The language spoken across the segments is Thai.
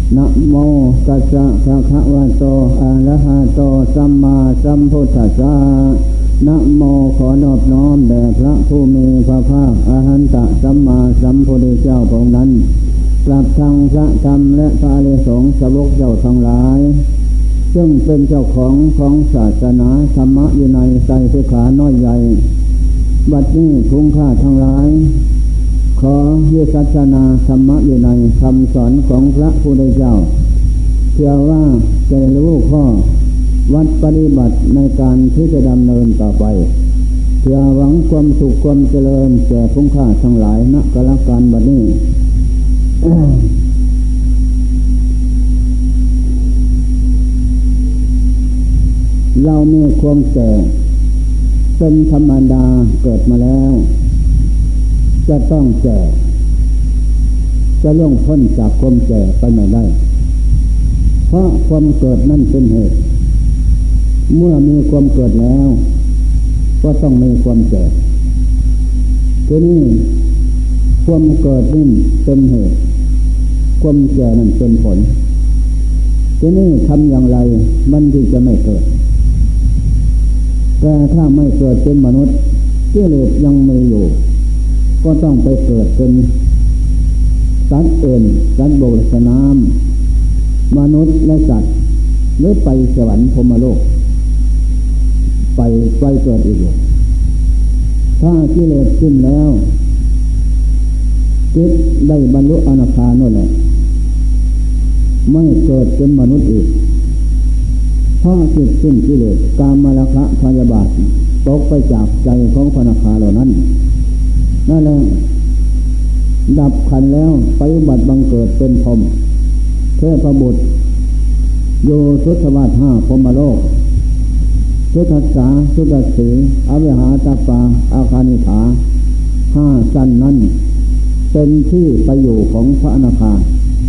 นะโมตัสสะภะคะวะโตอะระหะโตสัมมาสัมพุทธัสสะนะโมขอนอบน้อมแด่พระผู้มีพระภาคอรหันตสัมมาสัมพุทธเจ้าพระองค์นั้นกลับทางพระธรรมและพระอริยสงฆ์สาวกเจ้าทั้งหลายซึ่งเป็นเจ้าของศาสนาธรรมวินัยไตรสิกขาน้อยใหญ่บัดนี้ทุกข้าทั้งหลายขอวิสัชนาธรรมวินัยคำสอนของพระพุทธเจ้าเพื่อว่าจะรู้ข้อวัดปฏิบัติในการที่จะดำเนินต่อไปเพื่อหวังความสุขความเจริญแก่ผู้ข้าทั้งหลายณกาลการบัดนี้ เรามีความแก่เป็นธรรมดาเกิดมาแล้วจะต้องแก่จะล่วงพ้นจากความแก่ไปไม่ได้เพราะความเกิดนั่นเป็นเหตุเมื่อมีความเกิดแล้วก็ต้องมีความแก่ทีนี้ความเกิดนั่นเป็นเหตุความแก่นั่นเป็นผลทีนี้ทำอย่างไรมันถึงจะไม่เกิดแต่ถ้าไม่เกิดเป็นมนุษย์กิเลสยังมีอยู่ก็ต้องไปเกิดเป็นสัตว์อื่นสัตว์บกสน้ำมนุษย์และสัตว์หรือไปสวรรค์พรหมโลกไปเกิดอีกอยู่ถ้ากิเลสขึ้นแล้วจิตได้บรรลุอนาคานั่นแหละไม่เกิดเป็นมนุษย์อีกเพราะจิตสิ้นกิเลสกามราคะพยาบาทตกไปจากใจของพระอนาคาเหล่านั้นนั่นแหละดับขันแล้วไปบัติบังเกิดเป็นพรหมเทพบุตรโยสุทวาท5พรหมโลกสุทัสสาสุตัสสีอวิหาตปาอาคานิฐา5สั้นนั้นเป็นที่ไปอยู่ของพระอนาคา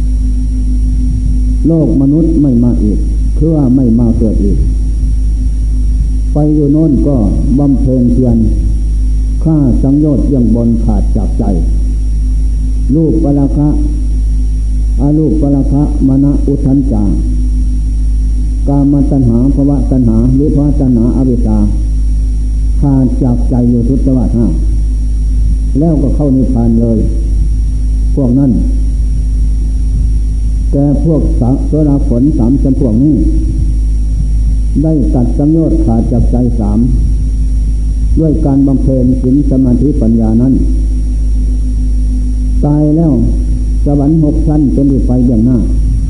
โลกมนุษย์ไม่มาอีกคือว่าไม่มาเกิดอีกไปอยู่โน่นก็บำเพ็ญเพียรฆ่าสังโยชน์ยังบนขาดจากใจรูปปราคะอรูปปราคะมณอุทธัจจากามตัณหาภวตัณหาวิภวตัณหาอวิชชาขาดจากใจอยู่ทุตวาท5แล้วก็เข้านิพพานเลยพวกนั้นแต่พวกโสดาผล3จำพวกนี้ได้ตัดสังโยชน์ขาดจากใจ3ด้วยการบำเพ็ญศีลสมาธิปัญญานั้นตายแล้วสวรรค์6ชั้นเป็นที่ไปเบื้องหน้า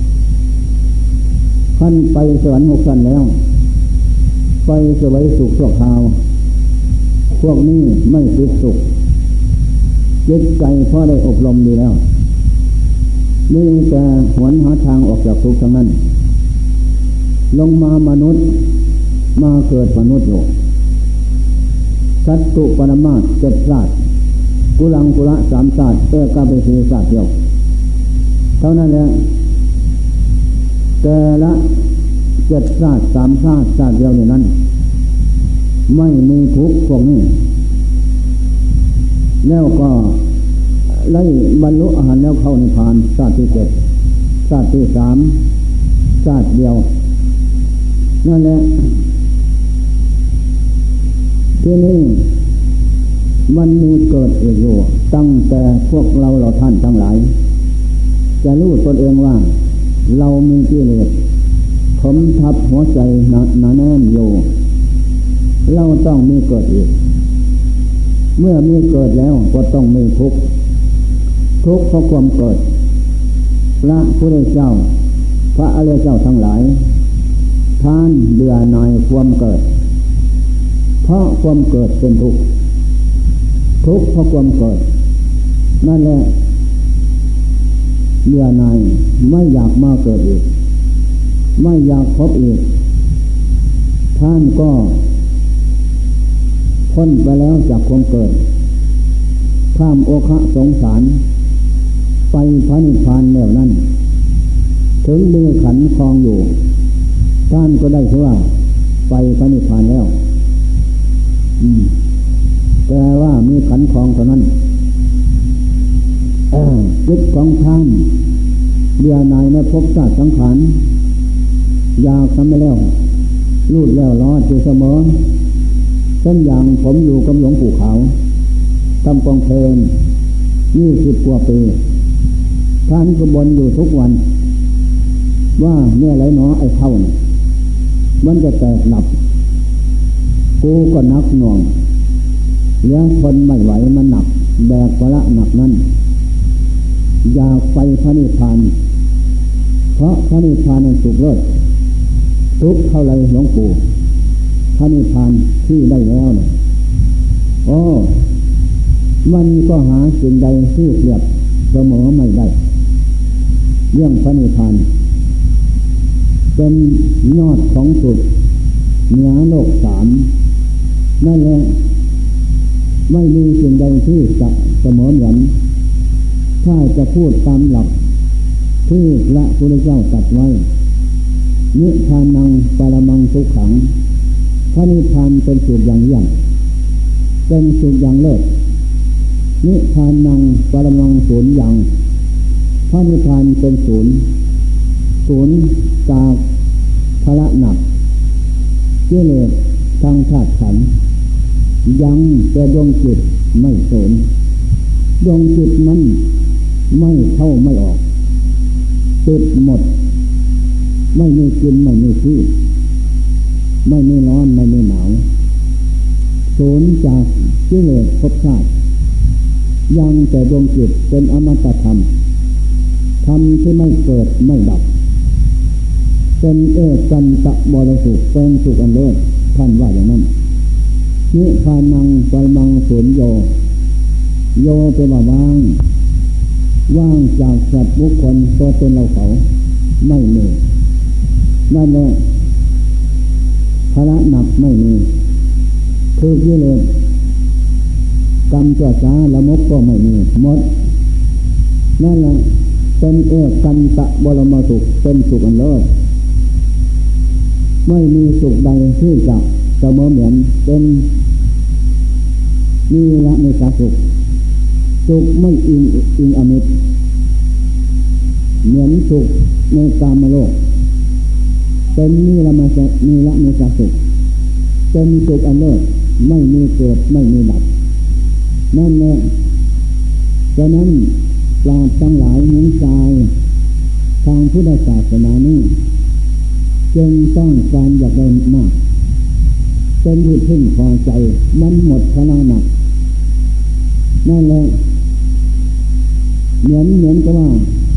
ขั้นไปสวรรค์6ชั้นแล้วไปเสวยสุขชั่วคราวพวกนี้ไม่ติดสุขจิตใจเพราะได้อบรมดีแล้วนี่แต่หวนหาทางออกจากทุกข์ทั้งนั้นลงมามนุษย์มาเกิดมนุษย์อยู่สัตตุปรมาส7ชาติกุลังกุละ3ชาติเอกาเปสีชาติเดียวเท่านั้นแหละแต่ละ7ชาติ3ชาติเดียวในนั้นไม่มีทุกข์พวกนี้แล้วก็ไล่บรรลุอรหันต์แล้วเข้านิพพานชาติที่7ชาติที่3ชาติเดียวนั่นแหละที่นี่มันมีเกิดอีกอยู่ตั้งแต่พวกเราท่านทั้งหลายจะรู้ตนเองว่าเรามีกิเลสถมทับหัวใจหนาแน่นอยู่เราต้องมีเกิดอีกเมื่อมีเกิดแล้วก็ต้องมีทุกข์เพราะความเกิดพระพุทธเจ้าพระอริยเจ้าทั้งหลายท่านเบื่อหน่ายความเกิดเพราะความเกิดเป็นทุกข์เพราะความเกิดนั่นแหละเบื่อหน่ายไม่อยากมาเกิดอีกไม่อยากพบอีกท่านก็พ้นไปแล้วจากความเกิดข้ามโอคะสงสารไปพระนิพพานแล้วนั้นถึงมีขันธ์ครองอยู่ท่านก็ได้ชื่อว่าไปพระนิพพานแล้วแต่ว่ามีขันธ์ครองเท่านั้นจิตของท่านเบื่อหน่ายในภพชาติสังขารอยากทำไม่แล้วรูดแล้วรอดอยู่เสมอเช่นอย่างผมอยู่กับหลวงปู่ขาวทำกองเพลง20 กว่าปีท่านก็บ่นอยู่ทุกวันว่าเมื่อไรหนอไอ้เท่านี่มันจะแตกหลับกูก็นักหน่วงเลี้ยงคนไม่ไหวมันหนักแบกภาระหนักนั้นอยากไปพระนิพพานเพราะพระนิพพานนั้นสุขเลิศทุกเท่าไรหลวงปู่พระนิพพานที่ได้แล้วเนี่ยมันก็หาสิ่งใดที่เทียบเสมอไม่ได้เรื่องพระนิพพานเป็นยอดของสุขเหนือโลก3นั่นแหละไม่มีสิ่งใดที่จะเสมอเหมือนถ้าจะพูดตามหลักที่พระพุทธเจ้าตรัสไว้นิพพานังปรมังสุขขังพระนิพพานเป็นสุขอย่างยิ่งเป็นสุขอย่างเลิศนิพพานังปรมังศูนย์อย่างพระนิพพานเป็นศูนย์จากภาระหนักกิเลสทางธาตุขันธ์ยังแต่ดวงจิตไม่ศูนย์ดวงจิตนั้นไม่เข้าไม่ออกติดหมดไม่มีกินไม่มีที่ไม่มีร้อนไม่มีหนาวศูนย์จากกิเลสภพชาติยังแต่ดวงจิตเป็นอมตะธรรมธรรมที่ไม่เกิดไม่ดับเป็นเอกันตะบริสุทธิ์เป็นสุขอันเลิศท่านว่าอย่างนั้นนิพพานังปรมังศูนย์โยเป็นว่างจากสัตว์บุคคลตัวตนเราเขาไม่มีนั่นแหละภาระหนักไม่มีคือกิเลสกรรมชั่วช้าละมกก็ไม่มีหมดนั่นแหละเป็นเอกันตะบรมสุขเป็นสุขอันเลิศไม่มีสุขใดที่จะเสมอเหมือนเป็นนิรันดร์สุขไม่อิงอมิตรเหมือนสุขในกามโลกเป็นนิรันดร์สุขเป็นสุขอันเลิศไม่มีเกิดไม่มีดับนั่นแหละฉะนั้นปราชญ์ทั้งหลายหญิงชายทางพุทธศาสนานี้จึงต้องการอยากได้มากเป็นที่พึ่งพอใจมันหมดพลังหนักนั่นแหละเหมือนกับว่า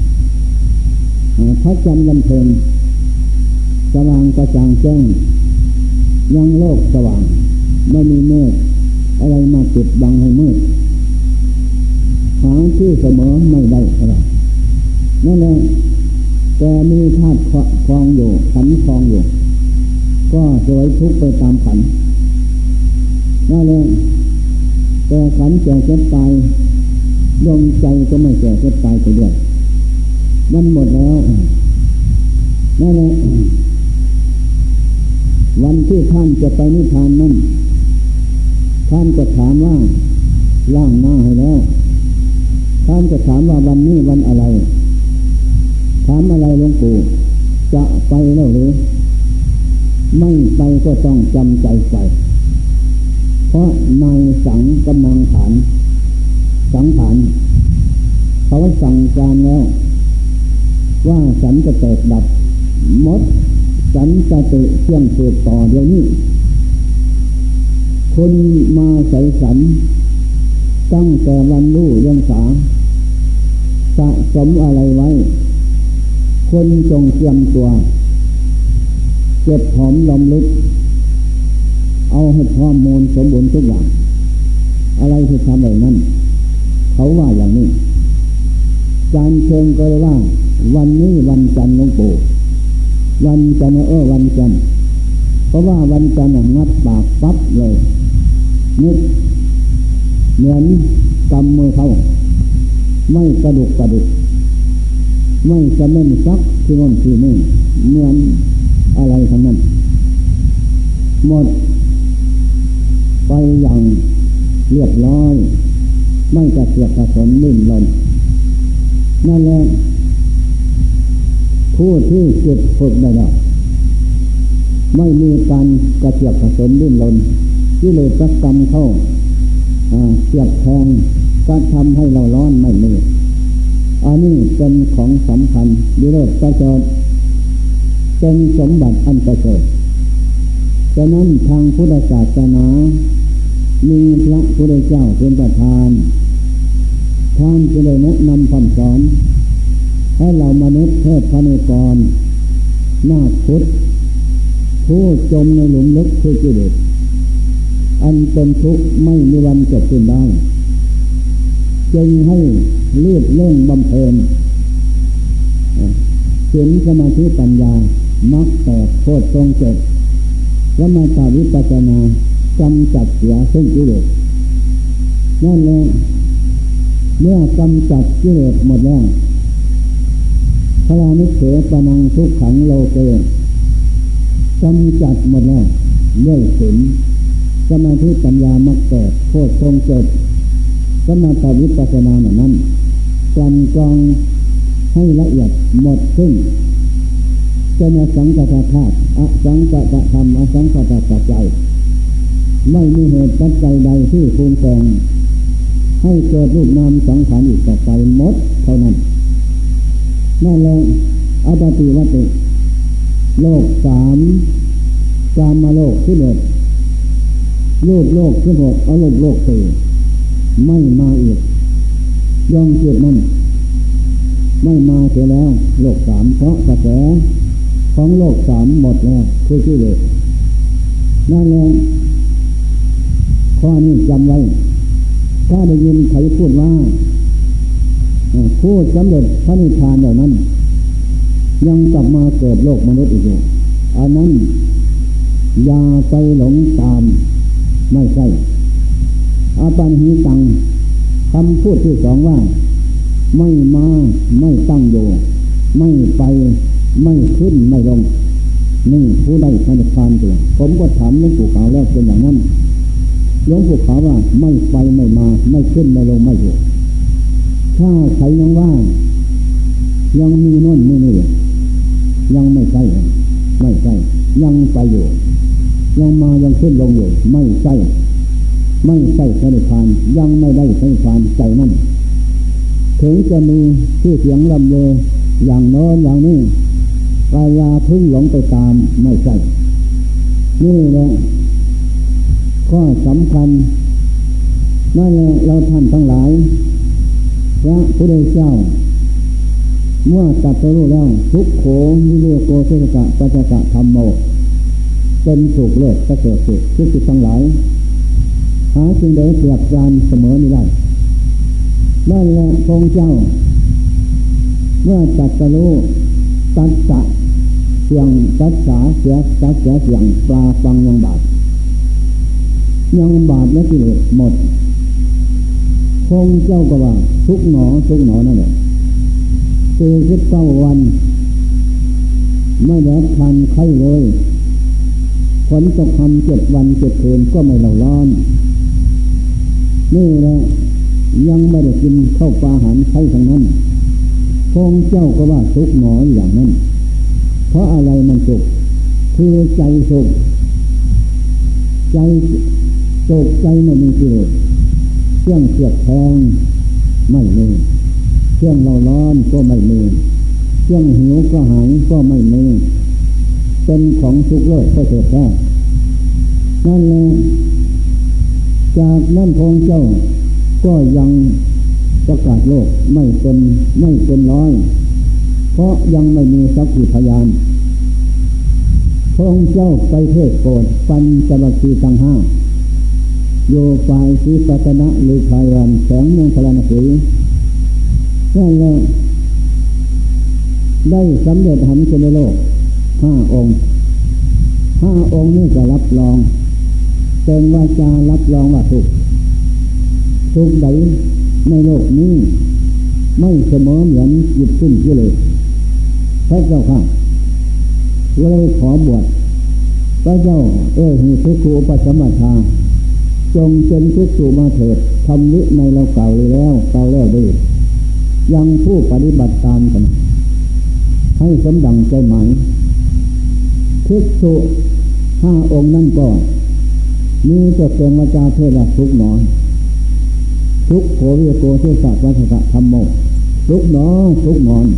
พระจันทร์วันเพ็ญสว่างกระจ่างแจ้งยังโลกสว่างไม่มีเมฆอะไรมาปิดบังให้มืดหาที่เสมอไม่ได้อะไรนั่นแหละแต่มีธาตุคลองอยู่ขันธ์คลองอยู่ก็สวยทุกข์ไปตามขันธ์นั่นแหละแต่ขันธ์แก่เจ็บตายดวงใจก็ไม่แก่เจ็บตายไปด้วยมันหมดแล้วนั่นแหละวันที่ท่านจะไปนิพพานนั้นท่านก็ถามว่าล้างหน้าให้แล้วท่านก็ถามว่าวันนี้วันอะไรถามอะไรหลวงปู่จะไปแล้วหรือไม่ไปก็ต้องจำใจไปเพราะนายสังกำลังสังขารเขาสั่งการแล้วว่าสันจะแตกดับหมดสันจะเตะเชื่อมสืบต่อเดี๋ยวนี้คนมาใส่สันตั้งแต่วันรู้เรื่องสาสะสมอะไรไว้คนจงเตรียมตัวเก็บหอมรอมริบเอาให้พร้อมมูลสมบูรณ์ทุกอย่างอะไรที่ทำแบบนั้นเขาว่าอย่างนี้จานเชิงก็เลยว่าวันนี้วันจันทร์หลวงปู่วันจันทร์วันจันทร์เพราะว่าวันจันทร์งัดปากปั๊บเลยนึกเหมือนกำมือเขาไม่กระดุกกระดิกไม่จะไม่ซักที่โน่นที่นี่เหมือนอะไรทั้งนั้นหมดไปอย่างเรียบร้อยไม่กระเสือกกระสนลื่นลนนั่นแหละผู้ที่จิตฝึกได้แล้วไม่มีการกระเจียบกระสนดิ้นรนที่เลยประกรรมเข้าเสียบแทงก็ทำให้เราร้อนไม่มีอันนี้เป็นของสำคัญดีเลิศประเสริฐเป็นสมบัติอันประเสริฐฉะนั้นทางพุทธศาสนามีพระพุทธเจ้าเป็นประธานท่านจะได้แนะนำคำสอนให้เรามนุษย์เทพพระเนกรนาคพุทธผู้จมในหลุมลึกคือกิเลสอันเป็นทุกข์ไม่มีวันจบสิ้นได้จึงให้รีบเร่งบำเพ็ญศีลสมาธิปัญญามรรคแปดโพชฌงค์เจ็ดและมาตาวิปัสสนากำจัดเสียซึ่งกิเลสนั่นแหละเมื่อกำจัดกิเลสหมดแล้วพระนิเขปนังทุกขังโลเกกำจัดหมดแล้วด้วยศีลสมาธิปัญญามรรคแปดโพชฌงค์เจ็ดก็มาตาวิปัสสนานั้นกลั่นกรองให้ละเอียดหมดสิ้นจะมีสังกัตธาตุอสังกัตธรรมอสังกัตปัจจัยไม่มีเหตุปัจจัยใดที่ปรุงแต่งให้เกิดรูปนามสังขารอีกต่อไปหมดเท่านั้นนั่นแหละอัตติวัตติโลกสามกามโลกที่เกิดรูปโลกที่หกอรูปโลกสี่ไม่มาอีกย่องจิตนั้นไม่มาเสียแล้วโลกสามเพราะกระแสของโลกสามหมดแล้วคือกิเลสนั่นแหละข้อนี้จำไว้ถ้าได้ยินใครพูดว่าผู้สำเร็จพระนิพพานเหล่านั้นยังกลับมาเกิดโลกมนุษย์อีกอยู่อันนั้นอย่าไปหลงตามไม่ใช่อาปันหิตังคำพูดที่สองว่าไม่มาไม่ตั้งอยู่ไม่ไปไม่ขึ้นไม่ลงนี่ผู้ใดพระนิพพานตัวผมก็ถามหลวงปู่ขาวแล้วเป็นอย่างนั้นหลวงปู่ขาวว่าไม่ไปไม่มาไม่ขึ้นไม่ลงไม่อยู่ถ้าใครยังว่ายังมีโน่นมีนี่ยังไม่ใช่ไม่ใช่ยังไปอยู่ยังมายังขึ้นลงอยู่ไม่ใช่ไม่ใช่พระนิพพานยังไม่ได้พระนิพพานใจนั่นถึงจะมีชื่อเสียงลำเลออย่างโน้นอย่างนี้กายาพึ่งหลงไปตามไม่ใช่นี่แหละข้อสำคัญนั่นแหละเราท่านทั้งหลายพระพุทธเจ้าเมื่อตรัสรู้แล้วทุกโขมิเลโกเสกะปัจจกะธรรมโมเป็นสุขเลิศประเสริฐสุดทุกสิ่งทั้งหลายหาสิ่งใดเปรียบปรานเสมอไม่ได้นั่นแหละพระเจ้าเมื่อตรัสรู้ตัสสะเสียงตัสสะเสียตัสสะเสียงปลาฟังยังบาปและกิเลสหมดพระเจ้าก็ว่าทุกหนอนั่นแหละ49 วันไม่ได้ทานไข้เลยฝนตกทำ7 วัน7 คืนก็ไม่เราร้อนนี่แหละยังไม่ได้กินข้าวปลาอาหารไข้ทั้งนั้นพระเจ้าก็ว่าทุกหนออย่างนั้นเพราะอะไรมันสุขคือใจสุขใจไม่มีกิเลสเครื่องเสียดแทงไม่มีเครื่องเราร้อนก็ไม่มีเครื่องหิวก็หายก็ไม่มีเป็นของสุขเลิศประเสริฐแท้นั่นแหละจากนั้นพระเจ้าก็ยังประกาศโลกไม่เป็นร้อยเพราะยังไม่มีสักขีพยานพระเจ้าไปเทศโปรดปัญจวัคคีย์ทั้ง5โยฝ่ายศรีปัตนะหรือไพวันแสงเมืองพาราณสีนั่นแหละได้สำเร็จหันในโลก5 องค์นี้จะรับรองเป็นวาจารับรองว่าทุกใดในโลกนี้ไม่เสมอเหมือนหยุดสิ้นกิเลสพระเจ้าค่ะเลยขอบวชพระเจ้าหิทุกขูปสัมมาทาจงเป็นภิกษุมาเถิดทำวิในเราเก่าแล้วด้วยยังผู้ปฏิบัติตามกันทให้สมดังใจหมายภิกษุ5 องค์นั่นก็มีแต่เพียงวาจาเทศทุกหนอทุกโขวิโกเทศวัฏฏะธรรมโมทุกหนอทุกนอน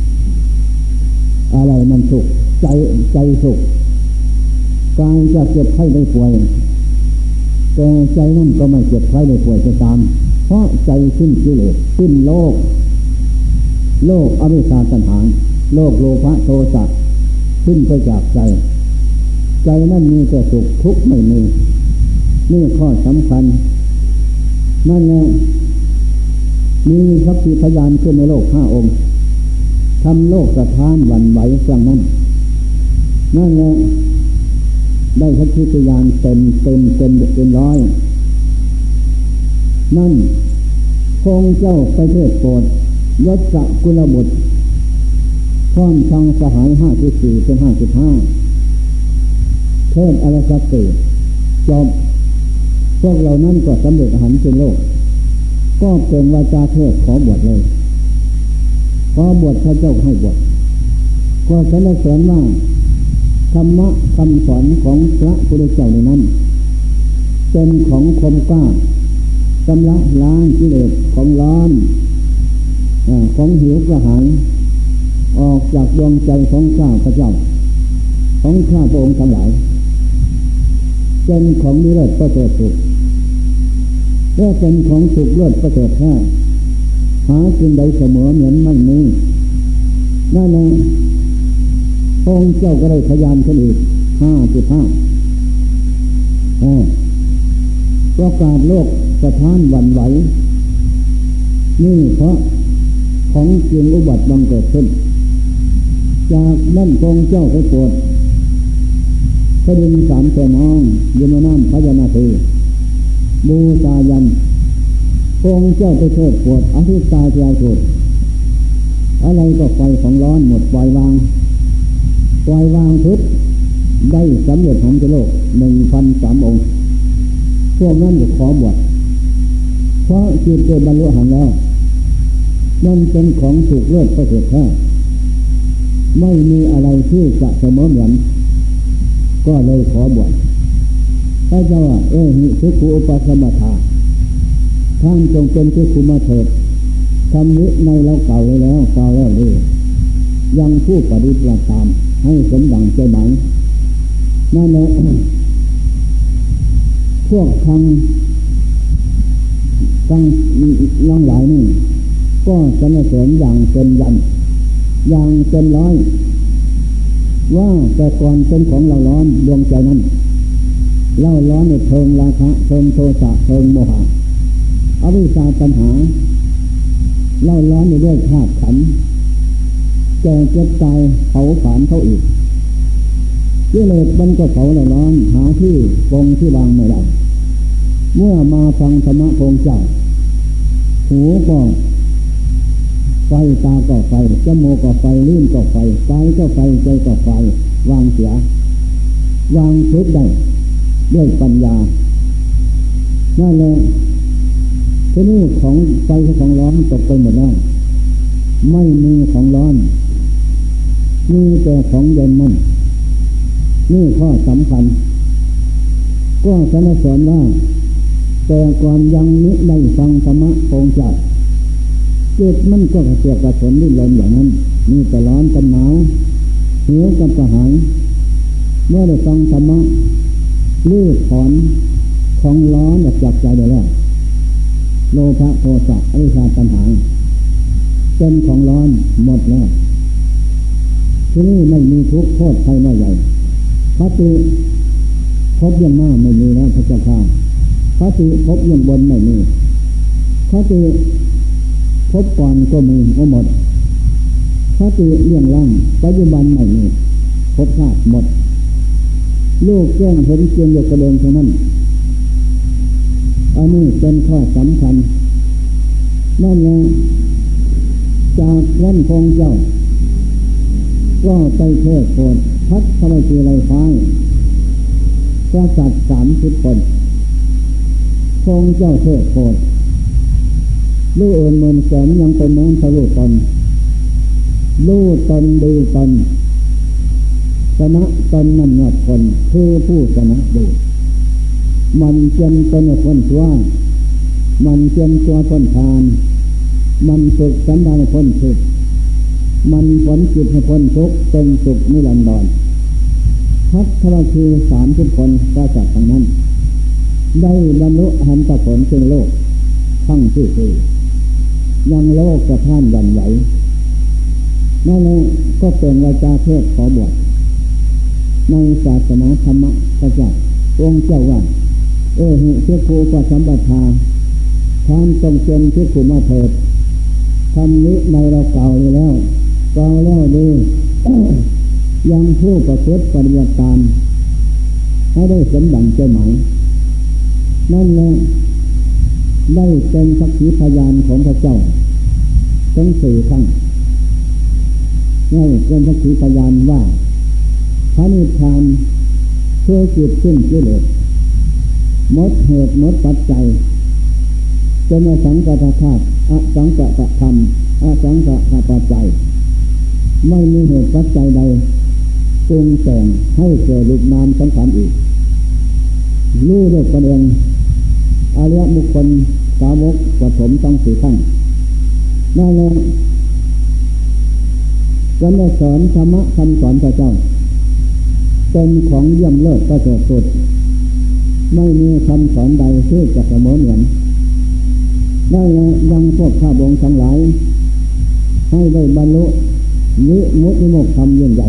อะไรมันสุขใจสุขกายจะเจ็บไข้ได้ป่วยแต่ใจนั่นก็ไม่เจ็บไข้ได้ป่วยจะตามเพราะใจสิ้นกิเลสสิ้นโลกอวิชชาตัณหาโลภโลภะโทสะสิ้นไปจากใจนั่นมีแต่สุขทุกข์ไม่มีนี่ข้อสำคัญนั่นแหละมีสัพพิพยานขึ้นในโลก5 องค์ทำโลกสะท้านหวั่นไหวครั้งนั้นนั่นแหละได้สัพพิพยานเต็มร้อยนั่นพงเจ้าไปเทศโปรดยศกุลบุตรพร้อมทางสหาย54เป็น55เทศอรสัตติจบพวกเหล่านั้นก็สำเร็จอรหันต์เป็นโลกก็เป็นวาจาเทศขอบวชเลยขอบวชพระเจ้าให้บวชก็สรรเสริญว่าธรรมะคำสอนของพระพุทธเจ้าในนั้นเป็นของคมกล้าชำระล้างกิเลสของร้อนของหิวกระหายออกจากดวงใจของข้าพระเจ้าของข้าพระองค์ทั้งหลายเป็นของนิเรศประเสริฐสุดและเป็นของสุขเลิศประเสริฐแท้หาสิ่งใดเสมอเหมือนไม่มีนั่นเององค์เจ้าก็ได้พยานขึ้นอีก55ประกาศโลกสะท้านหวั่นไหวนี่เพราะของจริงอุบัติบังเกิดขึ้นจากนั่นองค์เจ้าไปโปรดพระดิน3 แผ่นน้องยืนน้ำพญานาคีบูชายันองค์เจ้าไปเทศโปรดอธิตาเทียสุดอะไรก็ไฟของร้อนหมดปล่อยวางทุกได้สำเร็จของโลก 1,003 องค์พวกนั้นก็ขอบวชเพราะจิตได้บรรลุอรหันต์แล้วนั่นเป็นของสุขเลิศประเสริฐแท้ไม่มีอะไรที่จะเสมอเหมือนก็เลยขอบวชพระเจ้าหิภิกขุอุปสัมปทาท่านจงเป็นภิกขุมาเถิดทำวิในเราเก่าเลยแล้วเลยยังผู้ปฏิบัติตามให้สมดังใจหมายนั่นแหละพวกทางน้องหลายนี่ก็สรรเสริญอย่างเต็มยันอย่างเต็มร้อยว่าแต่ก่อนเป็นของเราร้อนดวงใจนั้นเราร้อนในเพลิงราคะเพลิงโทสะเพลิงโมหะอวิชชาตัณหาเราร้อนในด้วยธาตุขันธ์แก่เจ็บตายเผาผลาญเขาอีกกิเลสมันก็เผาเราร้อนหาที่ปรงที่วางไม่ได้เมื่อมาฟังธรรมะของเจ้าหูก็ไฟตาก็ไฟจมูกก็ไฟลิ้นก็ไฟกายก็ไฟใจก็ไฟวางเสียวางทุกข์ได้ด้วยปัญญานั่นแหละทีนี้ของไฟของร้อนตกไปหมดแล้วไม่มีของร้อนมีแต่ของเย็นนั่นนี่ข้อสำคัญก็สรรเสริญว่าแต่ก่อนยังมิได้ฟังธรรมะของเจ้าจิตมันก็กระเสือกกระสนดิ้นรนอย่างนั้นมีแต่ร้อนกับหนาวหิวกับกระหายเมื่อได้ฟังธรรมะลื้อถอนของร้อนออกจากใจได้แล้วโลภะโทสะอวิชชาตัณหาเป็นของร้อนหมดแล้วที่นี่ไม่มีทุกข์โทษภัยน้อยใหญ่พระติพบยังหน้าไม่มีแล้วพระเจ้าข้าพระติพบยังบนไม่มีพระติพบก่อนก็มีก็หมดพระติเรื่องล่างปัจจุบันไม่มีพบชาติหมดลูกแจ้งเห็นเพียงอยู่กระเดินเท่านั้นอันนี้เป็นข้อสำคัญนั่นแหละจากนั้นพงเจ้าก็ไปเทศโปรดพัดสมัยทีไรฟ้ายกษัตริย์30 คนพงเจ้าเทศโปรดลูกเอิญเมินแสนยังเป็นน้องทะลุตนรู้ตนดีตนชนะตนนั่นเนี่ยคนคือผู้ชนะดีมันเจียมตนให้พ้นชั่วมันเจียมตัวพ้นทานมันฝึกสันดานให้พ้นทุกข์มันผลจิตให้พ้นทุกข์เป็นสุขนิรันดรพัฒนาคือ30 คนก็จากทางนั้นได้บรรลุอรหันตผลจึงโลกทั้งที่คือยังโลกจะท่านหวั่นไหวนั่นแหละก็เป็นวาจาเทศขอบวชในศาสนาธรรมะพระเจ้าองค์เจ้าว่าหิเทภูปสัมปทาท่านต้องเจนเทภูมาเถิดทำนี้ในเราเก่าแล้วดี ยังผู้ประพฤติปฏิบัติตามให้ได้สมดังใจหมายนั่นแหละได้เป็นสักขีพยานของพระเจ้าทั้ง4 ครั้งได้เป็นสักขีพยานว่าพระนิพพานเพื่อจิตสิ้นกิเลสหมดเหตุหมดปัจจัยจนสังกัตธาตุอสังกัตธรรมอสังกัตปัจจัยไม่มีเหตุปัจจัยใดปรุงแต่งให้เกิดรูปนามสังขารอีกรู้ด้วยตนเองอริยบุคคลสาวกปฐมตั้ง4 ครั้งนั่นแหละการได้สอนธรรมะคำสอนพระเจ้าเป็นของเยี่ยมเลิศประเสริฐสุดไม่มีคำสอนใดที่จะเสมอเหมือนได้ยังพวกข้าพงทั้งหลายให้ได้บรรลุนิมุตติโมกขธรรมยิ่งใหญ่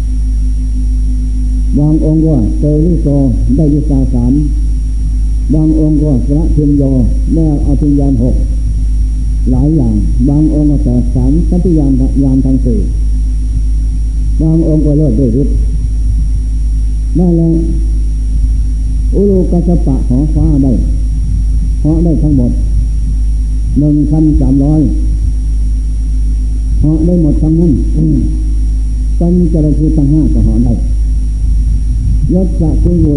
บางองค์ก็เตลิโสได้วิชา3บางองค์ก็พระพิมโยได้เอาพิญญาณ6หลายอย่างบางองค์ก็แต่3สัมปญญาณทั้ง4บางองค์ก็เลิศด้วยฤทธิ์นั่นแหละอุโลกัสสปะหอฟ้าได้เหาะได้ทั้งหมด 1,300 เหาะได้หมดทั้งนั้นปัญจรคีทั้ง5ก็เหาะได้ยศสักกุล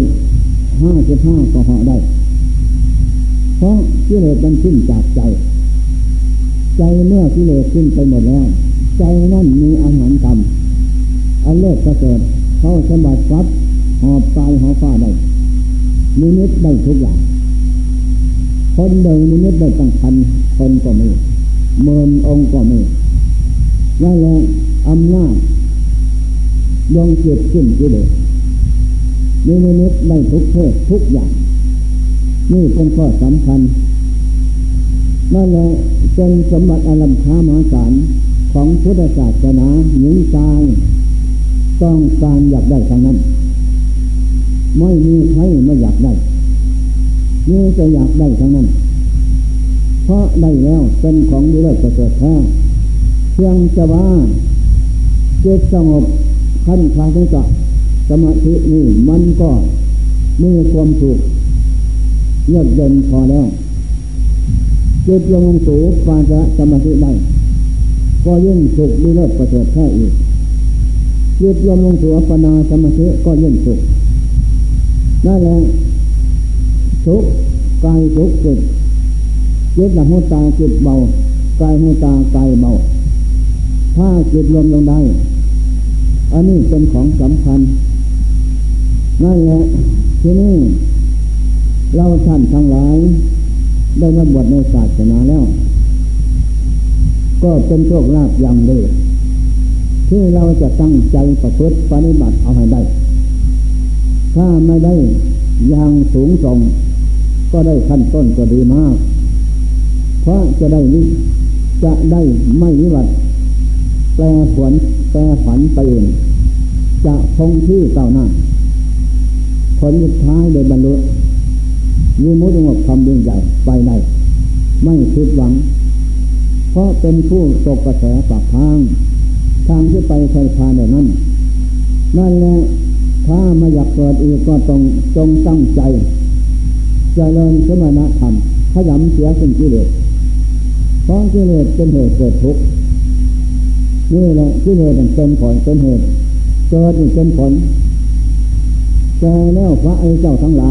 55ก็เหาะได้เพราะกิเลสมันสิ้นจากใจเมื่อกิเลสสิ้นไปหมดแล้วใจนั่นมีอาหารกรรมอันเลิศประเสริฐเข้าสมบัติทรัพย์หอบตายหอบฟ้าได้นิมิตได้ทุกอย่างคนเดินนิมิตได้ตั้ง1,000 คนก็มี10,000 องค์ก็มีนั่นแหละอำนาจดวงจิตสิ้นกิเลสนิมิตได้ทุกเพศทุกอย่างนี่เป็นข้อสำคัญนั่นแหละเป็นสมบัติอันล้ำค่ามหาศาลของพุทธศาสนาหญิงชายต้องการอยากได้ทางนั้นไม่มีใครไม่อยากได้นี่จะอยากได้ทางนั้นเพราะได้แล้วเป็นของดีเลิศประเสริฐแท้เพียงจะว่าจิตสงบขั้นคลายถึงจะสมาธินี่มันก็มีความสุขเยือกเย็นพอแล้วจิตลงสู่ปาจะสมาธิได้ก็ยิ่งสุขดีเลิศประเสริฐแท้อีกจิตลงสู่อัปปนาสมาธิก็ยิ่งสุขนั่นแหละสุขกายสุขจิตละหัวตาจิตเบากายหัวตากายเบาถ้าจิตรวมลงได้อันนี้เป็นของสำคัญนั่นแหละที่นี่เราท่านทั้งหลายได้มาบวชในศาสนาแล้วก็เป็นโชคลาภอย่างดีที่เราจะตั้งใจประพฤติปฏิบัติเอาให้ได้ถ้าไม่ได้อย่างสูงส่งก็ได้ขั้นต้นก็ดีมากเพราะจะได้ไม่วิบัติแปรผันไปเองจะคงที่ก้าวหน้าผลสุดท้ายได้บรรลุวิมุตติโมกขธรรมยิ่งใหญ่ไปได้ไม่ผิดหวังเพราะเป็นผู้ตกกระแสปากทางที่ไปใครพาแบบนั้นนั่นแหละถ้าไม่อยากเกิดอีกก็ต้องจงตั้งใจเจริญสมณธรรมขยันเสียสิ่งกิเลสเพราะกิเลสเป็นเหตุเกิดทุกข์นี่แหละกิเลสเป็นผลเป็นเหตุเกิดเป็นผลเจอแล้วพระไอ้เจ้าทั้งหลาย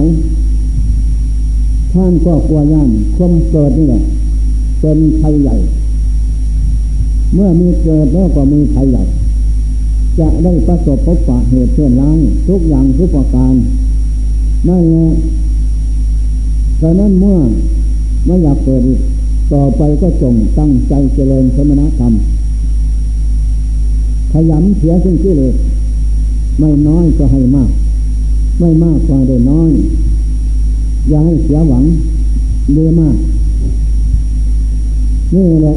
ท่านก็กลัวย่านความเกิดนี่แหละเป็นภัยใหญ่เมื่อมีเกิดแล้วก็มีภัยใหญ่จะได้ประสบพบปะเหตุเพื่อนร้ายทุกอย่างทุกประการนั่นแหละดังนั้นเมื่อไม่อยากเกิดอีกต่อไปก็จงตั้งใจเจริญสมณธรรมขยันเสียซึ่งกิเลสไม่น้อยก็ให้มากไม่มากก็ได้น้อยอย่าให้เสียหวังดีมากนี่แหละ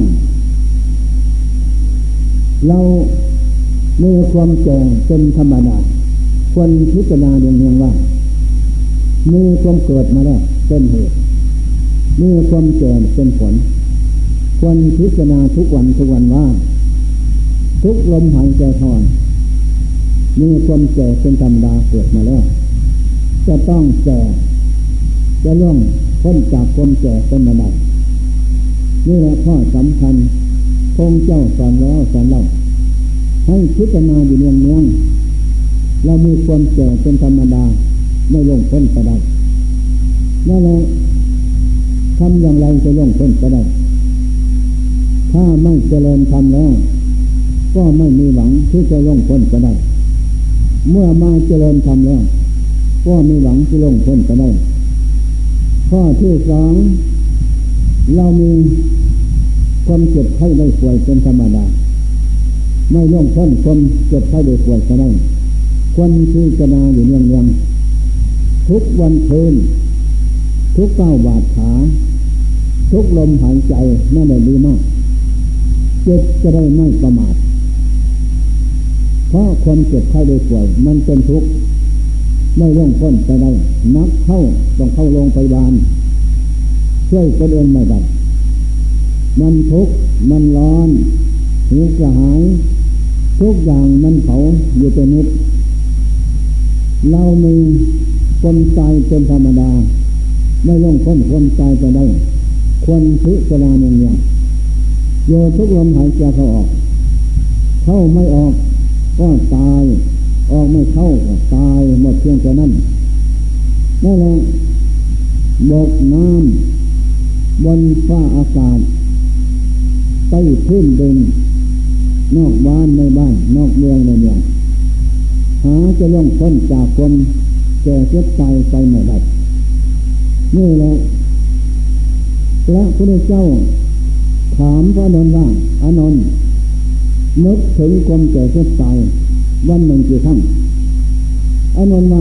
เรามีความแก่เป็นธรรมดาควรพิจารณาเรื่องว่ามีความเกิดมาแล้วเป็นเหตุมีความแก่เป็นผลควรพิจารณาทุกวันว่าทุกลมหายใจเข้าออกมีความแก่เป็นธรรมดาเกิดมาแล้วจะต้องแก่จะล่วงพ้นจากความแก่เป็นมาได้นี่แหละข้อสำคัญพระเจ้าสอนแล้วสอนเล่าให้พิจารณาอยู่เนืองๆเรามีความแก่เป็นธรรมดาไม่ล่วงพ้นไปได้นั่นแหละทำอย่างไรจะล่วงพ้นไปได้ถ้าไม่เจริญธรรมแล้วก็ไม่มีหวังที่จะล่วงพ้นไปได้เมื่อมาเจริญธรรมแล้วก็มีหวังที่ล่วงพ้นไปได้ข้อที่สองเรามีความเจ็บไข้ได้ป่วยเป็นธรรมดาไม่ล่วงพ้นความเจ็บไข้ได้ป่วยก็ได้ควรพิจารณาอยู่เนืองๆทุกวันคืนทุกก้าวบาดขาทุกลมหายใจนั่นแหละดีมากเจ็บจะได้ไม่ประมาทเพราะความเจ็บไข้ได้ป่วยมันเป็นทุกข์ไม่ล่วงพ้นไปได้นักเข้าต้องเข้าโรงพยาบาลช่วยตัวเองไม่ได้มันทุกข์มันร้อนหิวกระหายทุกอย่างมันเผาอยู่เป็นนิดเรามีคนตายเป็นธรรมดาไม่ล่วงพ้นความตายไปได้ควรพิจารณาอย่างโยทุกลมหายใจเข้าออกเข้าไม่ออกก็ตายออกไม่เข้าก็ตายหมดเพียงแค่นั้นนั่นแหละบกน้ำบนฟ้าอากาศใต้พื้นดินนอกบ้านในบ้านนอกเมืองในเมืองหาจะล่วงพ้นจากความแก่เจ็บตายไปไม่ได้นี่แหละพระพุทธเจ้าถามพระอานนท์ว่าอานนท์นึกถึงความแก่เจ็บตายวันหนึ่งกี่ครั้งอานนท์ว่า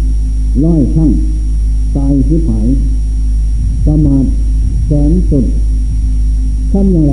100 ครั้งตายที่ผายประมาทแสนสุดทำอย่างไร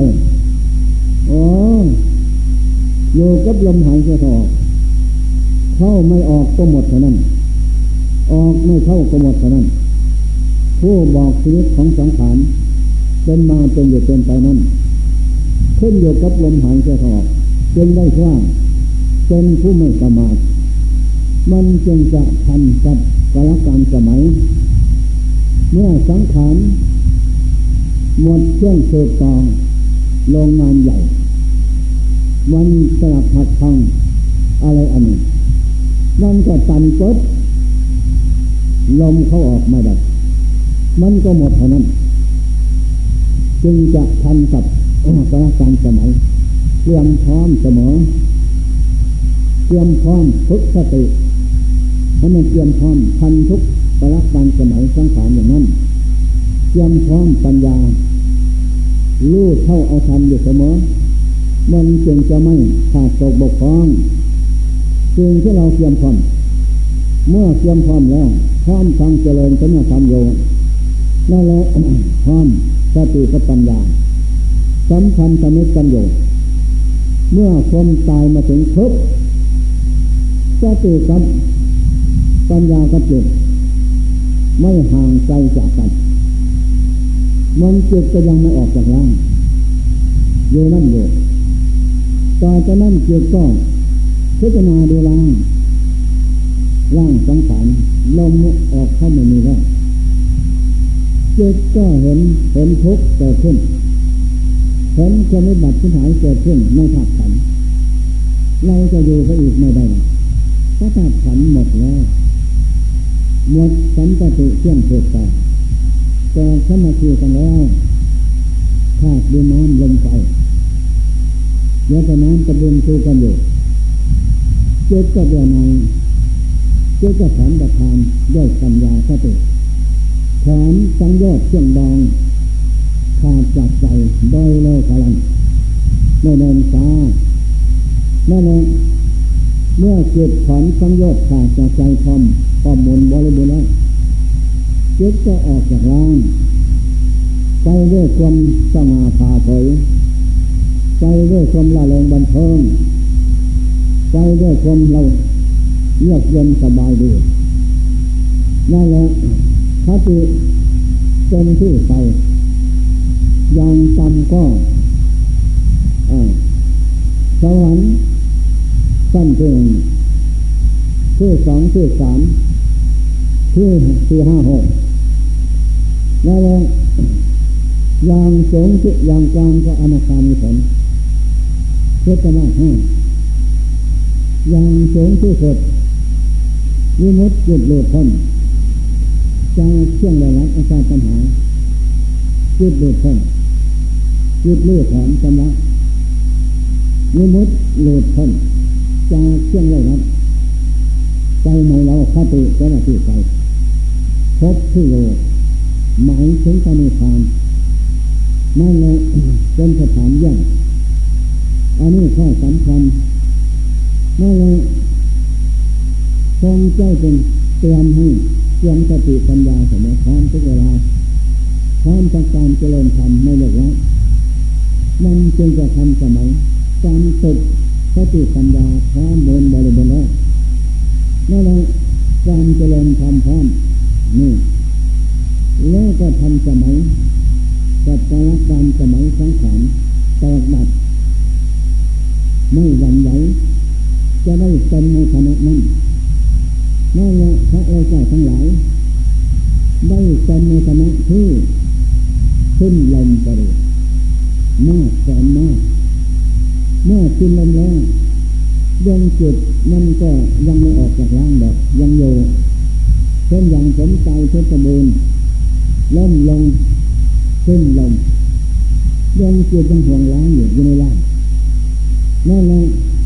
อยู่กับลมหายใจออกเข้าไม่ออกก็หมดเท่านั้นออกไม่เข้าก็หมดเท่านั้นผู้บอกชีวิตของสังขารเป็นมาเป็นอยู่เป็นไปนั้นขึ้นอยู่กับลมหายใจออกจึงได้ว่าเป็นผู้ไม่ประมาทมันจึงจะทันกับกาลการสมัยเมื่อสังขารหมดเครื่องสืบต่อโรงงานใหญ่มันสลับหักพังอะไรอันนี้มันก็ตันปุ๊บลมเข้าออกไม่ได้มันก็หมดเท่านั้นจึงจะทันกับกาลการสมัยเตรียมพร้อมเสมอเตรียมพร้อมฝึกสติให้มันเตรียมพร้อมทันทุกกาลการสมัยสังขารอย่างนั้นเตรียมพร้อมปัญญารู้เท่าเอาทันอยู่เสมอมันจึงจะไม่ขาดตกบกพร่องสิ่งที่เราเตรียมพร้อมเมื่อเตรียมพร้อมแล้วพร้อมทางเจริญสมถะโยนั่นแหละ พร้อมสติกับปัญญาสัมพันธ์สมิทกันอยู่เมื่อความตายมาถึงทุกสติกับปัญญากับจิตไม่ห่างไกลจากกันมันจิตก็ยังไม่ออกจากร่างอยู่นั่นอยู่ต่อจากนั้นจิตก็พิจารณาดูร่างสังขารลมออกเข้าไม่มีแล้วจิตก็เห็นทุกข์เกิดขึ้นเห็นความวิบัติที่หายเกิดขึ้นไม่ขาดขันเราจะอยู่ไปอีกไม่ได้เพราะขาดขันหมดแล้วหมดสันติเที่ยงเกิดต่อแต่สมาธิกันแล้วขาดดินน้ำลมไฟเดี๋ยวแต่นั้นจะดึงคู่กันอยู่เจ็ดก็เดือนในเจ็ดก็ถอนประทานด้วยปัญญาสติถอนสังโยชน์เครื่องดองขาดจากใจโดยเร็วพลันไม่เดินช้านั่นเองเมื่อจิตถอนสังโยชน์ขาดจากใจพร้อมหมุนบริบูรณ์แล้วจิตก็ออกจากร่างไปด้วยความสง่าผ่าเผยไปด้วยความละเลงบันเทิงไปด้วยความเราเยือกเย็นสบายดีนั่นแหละคติเป็นที่ไปอย่างต่ำก็สวรรค์สั้นที่หนึ่งที่สองที่สามที่สี่ห้าหกนั่นแหละอย่างสูงที่อย่างกลางก็อนาคามีผลเจตนาห้าอย่างสูงที่สุดวิมุตติจุดหลุดพ้นจากเครื่องระงับอาการปัญหาจุดหลุดพ้นจุดเลื่อนถอนชำระวิมุตติหลุดพ้นจากเครื่องระงับใจในเราคติเจ้าหน้าที่ใจพบที่โลกหมายถึงการนิพพานนั่นแหละเป็นสถานเยี่ยมอันนี้ข้อสำคัญนั่นแหละทรงใจเป็นเตรียมให้เตรียมสติปัญญาเสมอพร้อมทุกเวลาพร้อมจากการเจริญธรรมไม่เลิกละมันจึงจะทันสมัยการฝึกสติปัญญาพร้อมบนบริบูรณ์แล้วนั่นแหละการเจริญธรรมพร้อมนี่แล้วก็ทันสมัยกับการสมัยสังขารแตกดับไม่หวั่นไหวจะได้เป็นในขณะนั้นนั่นแหละพระเจ้าทั้งหลายได้เป็นในขณะที่ขึ้นลมไปเลยมากแสนมากเมื่อขึ้นลมแล้วดวงจิตนั่นก็ยังไม่ออกจากร่างดอกยังอยู่เช่นอย่างสมใจเพชรบูรณ์ล้มลงขึ้นลมดวงจิตยังห่วงล้างอยู่ในร่างนั่นแหละ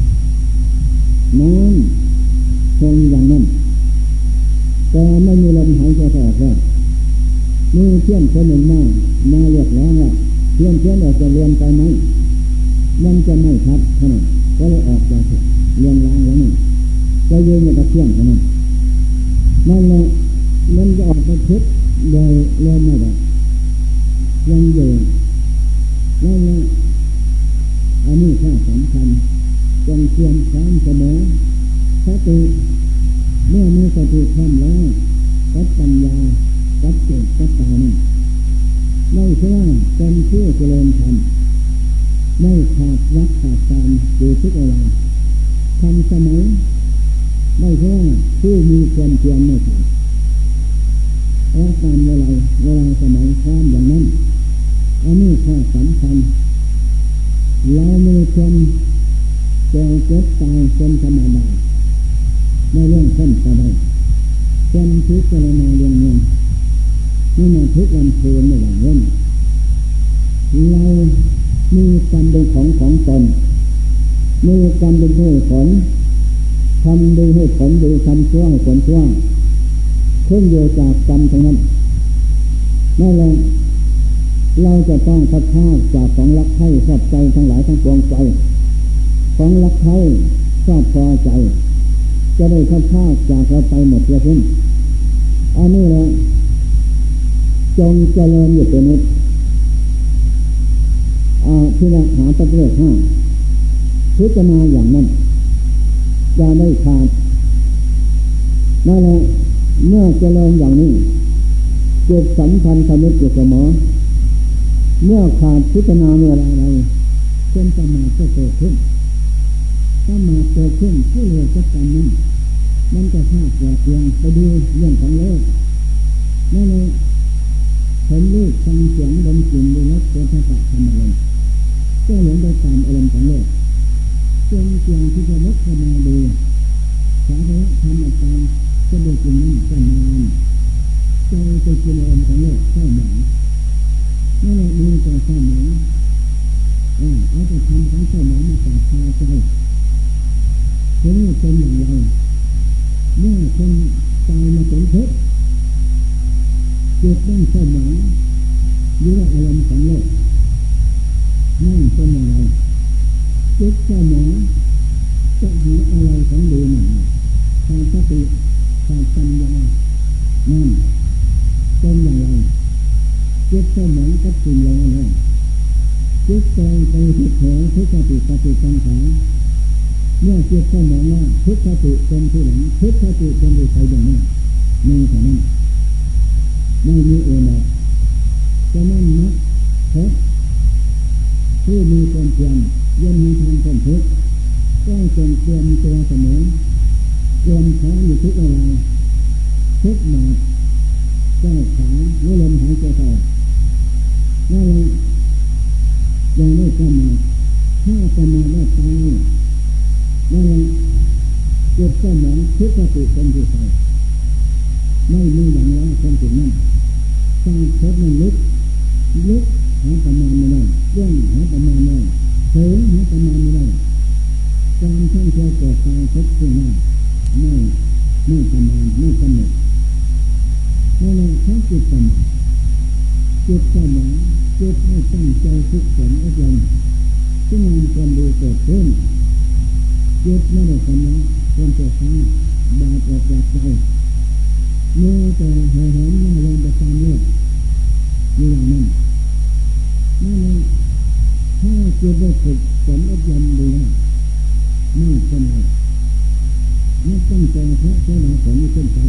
นั้นคงอย่างนั้นแต่ไม่มีลมหายใจออกแล้วมีเพื่อนคนหนึ่งมาเรียกร้องว่าเพื่อนเราจะเรียนไปไหมมันจะไม่ทัดเท่านั้นก็เลยออกจากเรียนล้างแล้วนี่จะยืนอยู่กับเพื่อนเท่านั้นนั่นแหละมันจะออกไปคิดโดยเรียนไม่ได้ยังอยู่นั่นแหละอันนี้ข้อสำคัญจงเตรียมพร้อมเสมอสติเมื่อมีสติพร้อมแล้วกับปัญญากับเจตกับตานั้นไม่ใช่ว่าเป็นผู้เจริญธรรมไม่ขาดวัดขาดการอยู่ทุกเวลาทำสมัยไม่ใช่ว่าผู้มีความเพียรไม่ถึงอาการเวลาสมัยพร้อมอย่างนั้นอันนี้ข้อสำคัญเรามีความเจ็บตายเป็นธรรมดาในเรื่องพ้นไปได้เป็นทุกข์เจริญเรื่องนี้นี่มาทุกวันคืนไม่หลังเว้นเรามีกรรมเป็นของตนมีกรรมเป็นให้ผลทำดีให้ผลดีทำชั่วให้ผลชั่วขึ้นอยู่จากกรรมทั้งนั้นนั่นแหละเราจะต้องพัดพากจากของรักใคร่ชอบใจทั้งหลายทั้งปวงใจของรักใคร่ชอบพอใจจะได้พัดพากจากเราไปหมดเสียสิ้นอันนี้แหละจงเจริญอยู่เป็นนิดที่เราหาประเภทห้าพิจารณาอย่างนั้นจะได้ขาดนั่นแหละเมื่อเจริญอย่างนี้จิตสัมพันธ์สมิตรอยู่เสมอเมื่อขาดพิจารณาเมื่อไรจนสมาธิเกิดขึ้นถ้ามาเกิดขึ้นผู้เรียนจักการนั้นมันจะพลาดแหวกเพียงไปดูเรื่องของโลกนั่นเองเห็นรูปฟังเสียงดมกลิ่นดูรสเป็นภาษาธรรมลมก็หลงไปตามอารมณ์ของโลกจนเพียงที่จะลดเข้ามาดูสาระธรรมอาการจะดูจริงนั้นก็นานใจไปกินอารมณ์ของโลกเข้าหมองนั่นแหละมีแต่เข้าหมองเอาแต่ทำของเจ้าหมอมาจากพาใจทีนี้เป็นอย่างไรเมื่อคนใจมาสมทุกข์จิตต้องเสมออยู่ในอารมณ์ของโลกนั่นเป็นอย่างไรจิตเสมอจะหาอะไรของดีหนึ่งขาดสติขาดปัญญานั่นเป็นอย่างไรจิตเสมอกับสิ่งเหล่านั้นจิตใจไปทุกข์ทุกขติปฏิสังขารเมื่อจิตเสมอว่าทุกขติเป็นที่หลังทุกขติเป็นที่ใครอย่างนั้นมีเท่านั้นไม่มีเองหรอกจะนั่นนักเพราะผู้มีความเพียรย่อมมีทางพ้นทุกข์ก็จงเตรียมตัวเสมอเตรียมพร้อมอยู่ทุกเวลาทุกบาทเจ้าขาหรือลมหายใจเข้านั่นแหละยังไม่ประมาทถ้าประมาทแล้วตายนั่นแหละเกิดสมองทุกขติเป็นที่ใครไม่มีอย่างไรคนถึงนั้นสร้างพบมันลึกหาประมาณไม่ได้เรื่องหาประมาณไม่ได้สูงหาประมาณไม่ได้การท่องเที่ยวเกิดตายพบขึ้นมาไม่ประมาณไม่กำหนดนั่นแหละทั้งจิตประมาณจิตสมองจิตไม่ตั้งใจฝึกฝนอบรมที่งานความดีเกิดขึ้นจิตไม่ได้กำลังความเจ็บช้าบาดออกจากใจเมื่อแต่เหยหอมหน้าลงไปตามโลกอยู่อย่างนั้นนั่นเองถ้าจิตได้ฝึกฝนอบรมดีแล้วไม่เป็นไรไม่ตั้งใจเพราะเสียดายผลไม่ขึ้นใจ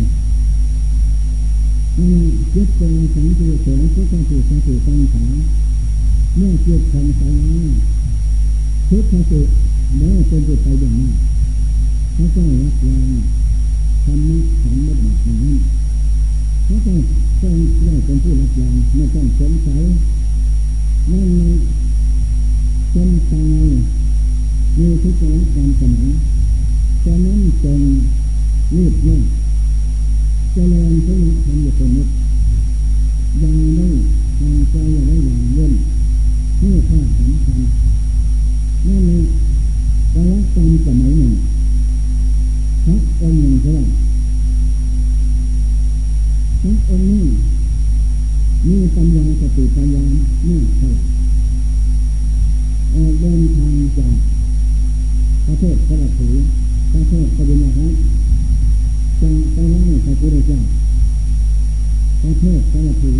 นั่นจิตใจสังเกตเสียทุกขติสติตั้งขาเมื่อจิตของใสทุกขติแล้วเป็นจิตไปอย่างนั้นพระเจ้ารับรองธรรมะของบทบาทนั้นพระเจ้าทรงได้เป็นผู้รับรองไม่ต้องสงสัยนั่นเลยจนตายมีทุกขละการสมัยฉะนั้นจงรีบเร่งเจริญพุทธธรรมอยู่เป็นนิดยังได้ทางใจอย่าได้อย่างเล่นนี่ข้อสำคัญนั่นเลยกาลกรรมสมัยหนึ่งพระองค์หนึ่งก็ว่าพระองค์นี้มีปัญญาสติปัญญามากเท่าไหร่ออกเดินทางจากประเทศพระราศีประเทศกบิลพัสจะไปไล่พระพุทธเจ้าประเทศพระราศี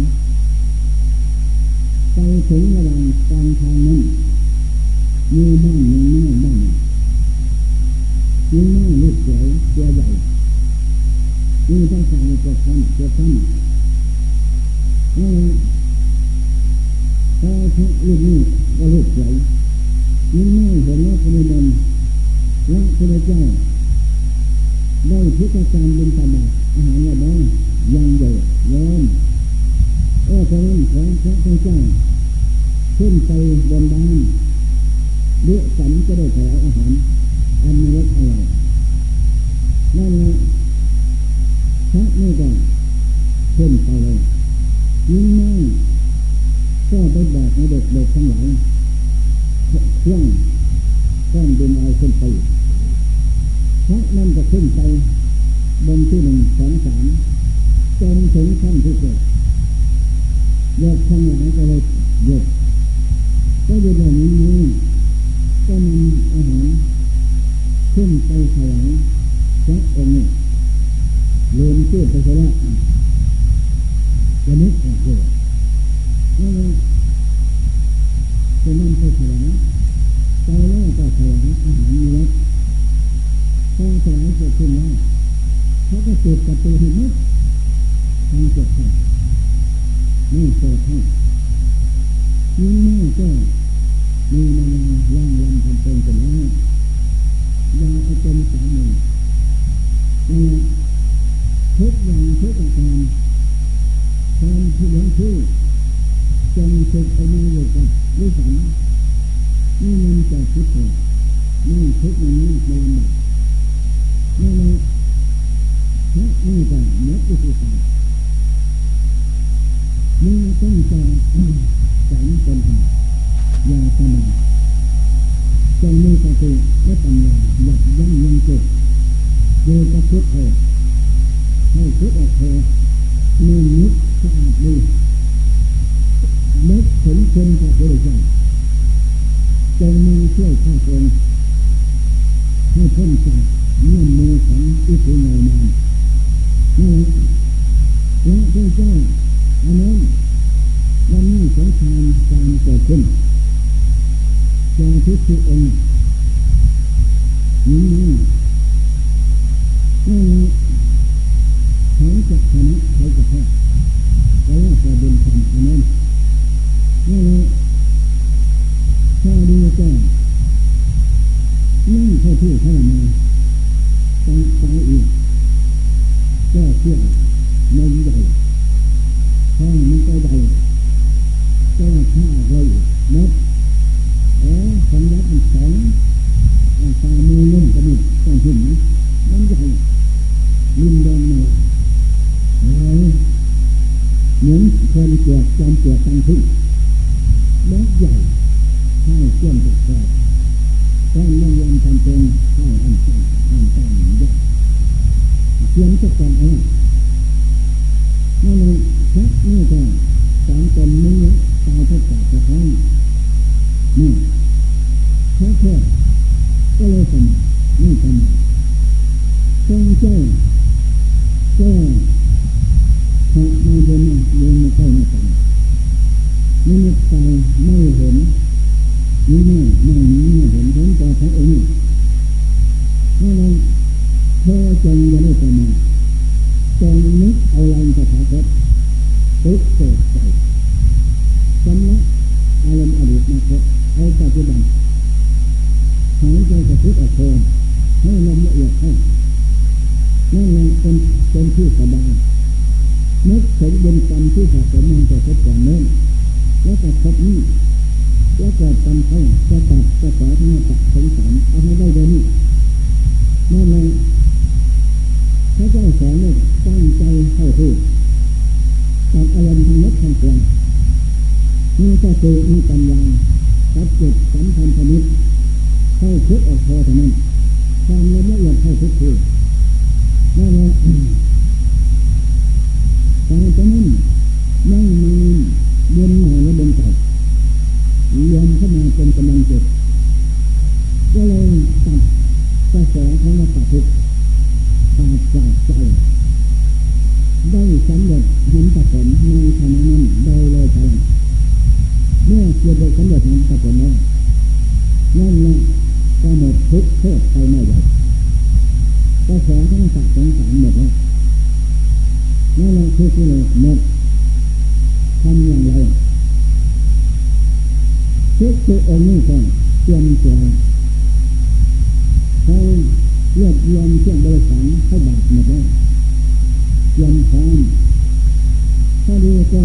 ไปถึงระหว่างกลางทางนั้นมีบ้านหนึ่งบ้านหนึ่งมีหน้าลูกสวยตัวใหญ่มีพระสารีบุตรท่านพอพระลูกนี้ก็ลูกสวยยิ่งไม่เห็นว่าพระนนท์และพระเจ้าได้พุทธการบิณฑบาตอาหารและบ้างยังเยอะย้อมเพราะนั้นของพระเจ้าขึ้นไปบนบ้านเดือดสันจะได้ถวายอาหารอันมีรสอร่อยนั่นแหละพระนี่ก็ขึ้นไปเลยยิ่งไม่ก็ไปบอกให้เด็กทั้งหลายเครื่องก้อนดินอะไรขึ้นไปพระนั่นก็ขึ้นไปบนที่1 2 3จนถึงขั้นที่เกิดเด็กทั้งหลายก็เลยหยุดก็หยุดอย่างนี้ก็นำอาหารขึ้นไปถวายพระองค์นี้ลืมชื่อไปแล้วจะนึกออกเลยนั่นเองจะนำไปถวายใจแล้วก็ถวายอาหารมีรสพอถวายเสร็จขึ้นแล้วเขาก็เปิดประตูให้มิดทางเจ็บใจไม่เปิดให้ยิ่งแม่ก็มีนานาล่างลำทำเป็นเสร็จแล้วยาอาจารย์สามีนั่นแหละทุกอย่างทุกอาการความที่หลงชื่อจงฝึกเอามาอยู่กับวิสัยนี่มันจะคิดเถิดนี่ทุกอย่างนี้ไม่ลำบากนั่นแหละพระนี่ก็เนื้ออุติการนี่ต้องใจสอนตนเองอย่าประมาทติและปัญญาหยับยั้งยังจิตดูกระพุทธให้พุทธออกเถอะมีนิสสะอาดดีนึกถึงคุณพระพุทธเจ้าจงมีช่วยข้าพงศ์ให้พ้นจากเงื่อนมือของอิทธิโนมานนั่นแหละและพระเจ้าอันนั้นวันนี้สงครามการเกิดขึ้นจะทุกข์องค์นี้นั่นแหละเขาจะชนะเขาจะแพ้แต่ว่าจะเป็นธรรมอันนั้นนั่นแหละถ้าดีก็นั่งเข้าที่เข้ามาตายอีกก็เชื่อมันใหญ่ห้องมันก็ใหญ่ก็ฆ่าเลยมดสัญญาเป็นสองตามือลุ่มกระดิกต้องหินมันใหญ่ลินแดงมาเหมือนคนเกียดจอมเกียดตั้งขึ้นแล้วใหญ่ข้าวเชื่อมกับแกต้องยังยันทำเป็นข้าวอันตั้งใหญ่เชื่อมจะกองอะไรนั่นเองพระนี่ก็สอนตนนี้ตายเท่ากับกระทั่งนี่แค่ก็เลยสมัยนี่สมัยทรงเจ้าก็พระมาเดินไม่เข้าไม่กันนี่นึกใจไม่เห็นนี่ไม่เห็นแต่พระองค์นั่นเองเธอจงอย่าได้ประมาทจงนึกเอาแรงสถาคตตึกเกิดใจจำละอารมณ์อดีตมาคตเอาปัจจุบันหายใจกระพุ้ออกโคนให้ลมละเอียดเข้านั่นแหละเป็นที่สบายนึกถึงบุญกรรมที่สะสมมาแต่พบก่อนเนิ่นแล้วก็พบนี้แล้วก็จำเข้าจะตัดจะขอทั้งตัดสงสารเอาให้ได้เดี๋ยวนี้นั่นแหละพระเจ้าสอนเนี่ยตั้งใจเข้าที่ตัดอารมณ์ทั้งหมดทั้งปวงมีสติมีปัญญาตัดจิตสัมพันธ์ชนิดเข้าทุกออกพอเท่านั้นความละเอียดเข้าทุกทีนั่นแหละการจะนั่นนั่งมีเดินหน่อยและเดินไกลรวมเข้ามาเป็นกำลังจิตก็เลยตัดกระแสของวัฏทุกข์ขาดจากใจได้สำเร็จผลประโยชน์ในขณะนั้นโดยเลยพลังเมื่อเกิดได้สำเร็จผลประโยชน์แล้วนั่นแหละก็หมดทุกข์โทษไปไม่ไหวกระแสทั้งสัตว์สงสารหมดแล้วนั่นแหละคือที่เลยหมดทำอย่างไรทุกตัวองค์นี้ก็เตรียมตัวเขาเรียบรวมเครื่องบริการเข้าบาทหมดแล้วเตรียมพร้อมถ้าดีก็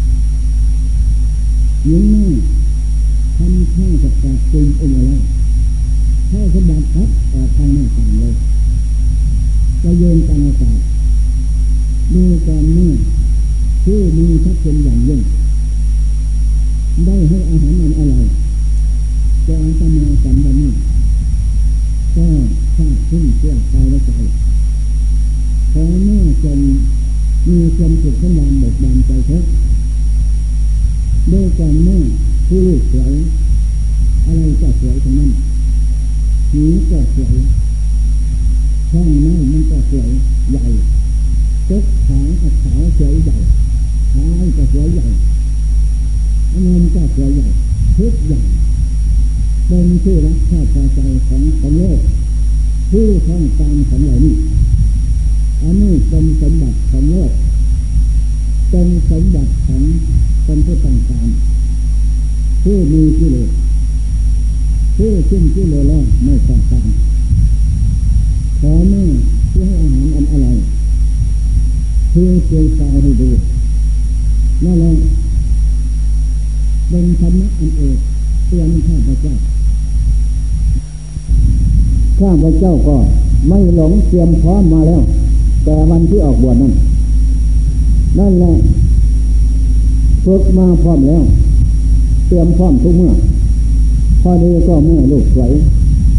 ยิ่งนั่งทำข้าวจากกาจุ่มองค์แล้วเข้าสมบัติครับออกทางหน้าต่างเลยจะโยนกลางอากาศดูก่อนนี้ผู้มีทักษิณอย่างยิ่งได้ให้อาหารมันอะไรจะอาตมาสันวันนี้ก็ทราบขึ้นเชื่อกายและใจขอแม่จงมีความสุขสำราญเบิกบานใจเถอะด้วยก่อนแม่ผู้ลูกสวยอะไรก็สวยทั้งนั้นหูก็สวยช่องไม้มันก็สวยใหญ่ตกขากับขาวสวยใหญ่ท้ายก็สวยใหญ่เงินก็สวยใหญ่ทุกอย่างเป็นที่รักชอบพอใจของโลกผู้ท่องตามของเหล่านี้อันนี้เป็นสมบัติของโลกเป็นสมบัติของคนผู้ต้องการผู้มีกิเลสผู้สิ้นกิเลสแล้วไม่ต้องการขอแม่ที่ให้อาหารอันอร่อยเพื่อเกยกายให้ดูนั่นแหละเป็นธรรมะอันเอกเตือนข้าพเจ้าก็ไม่หลงเตรียมพร้อมมาแล้วแต่วันที่ออกบวชนั่นแหละฝึกมาพร้อมแล้วเตรียมพร้อมทุกเมื่อพอดีก็แม่ลูกสวย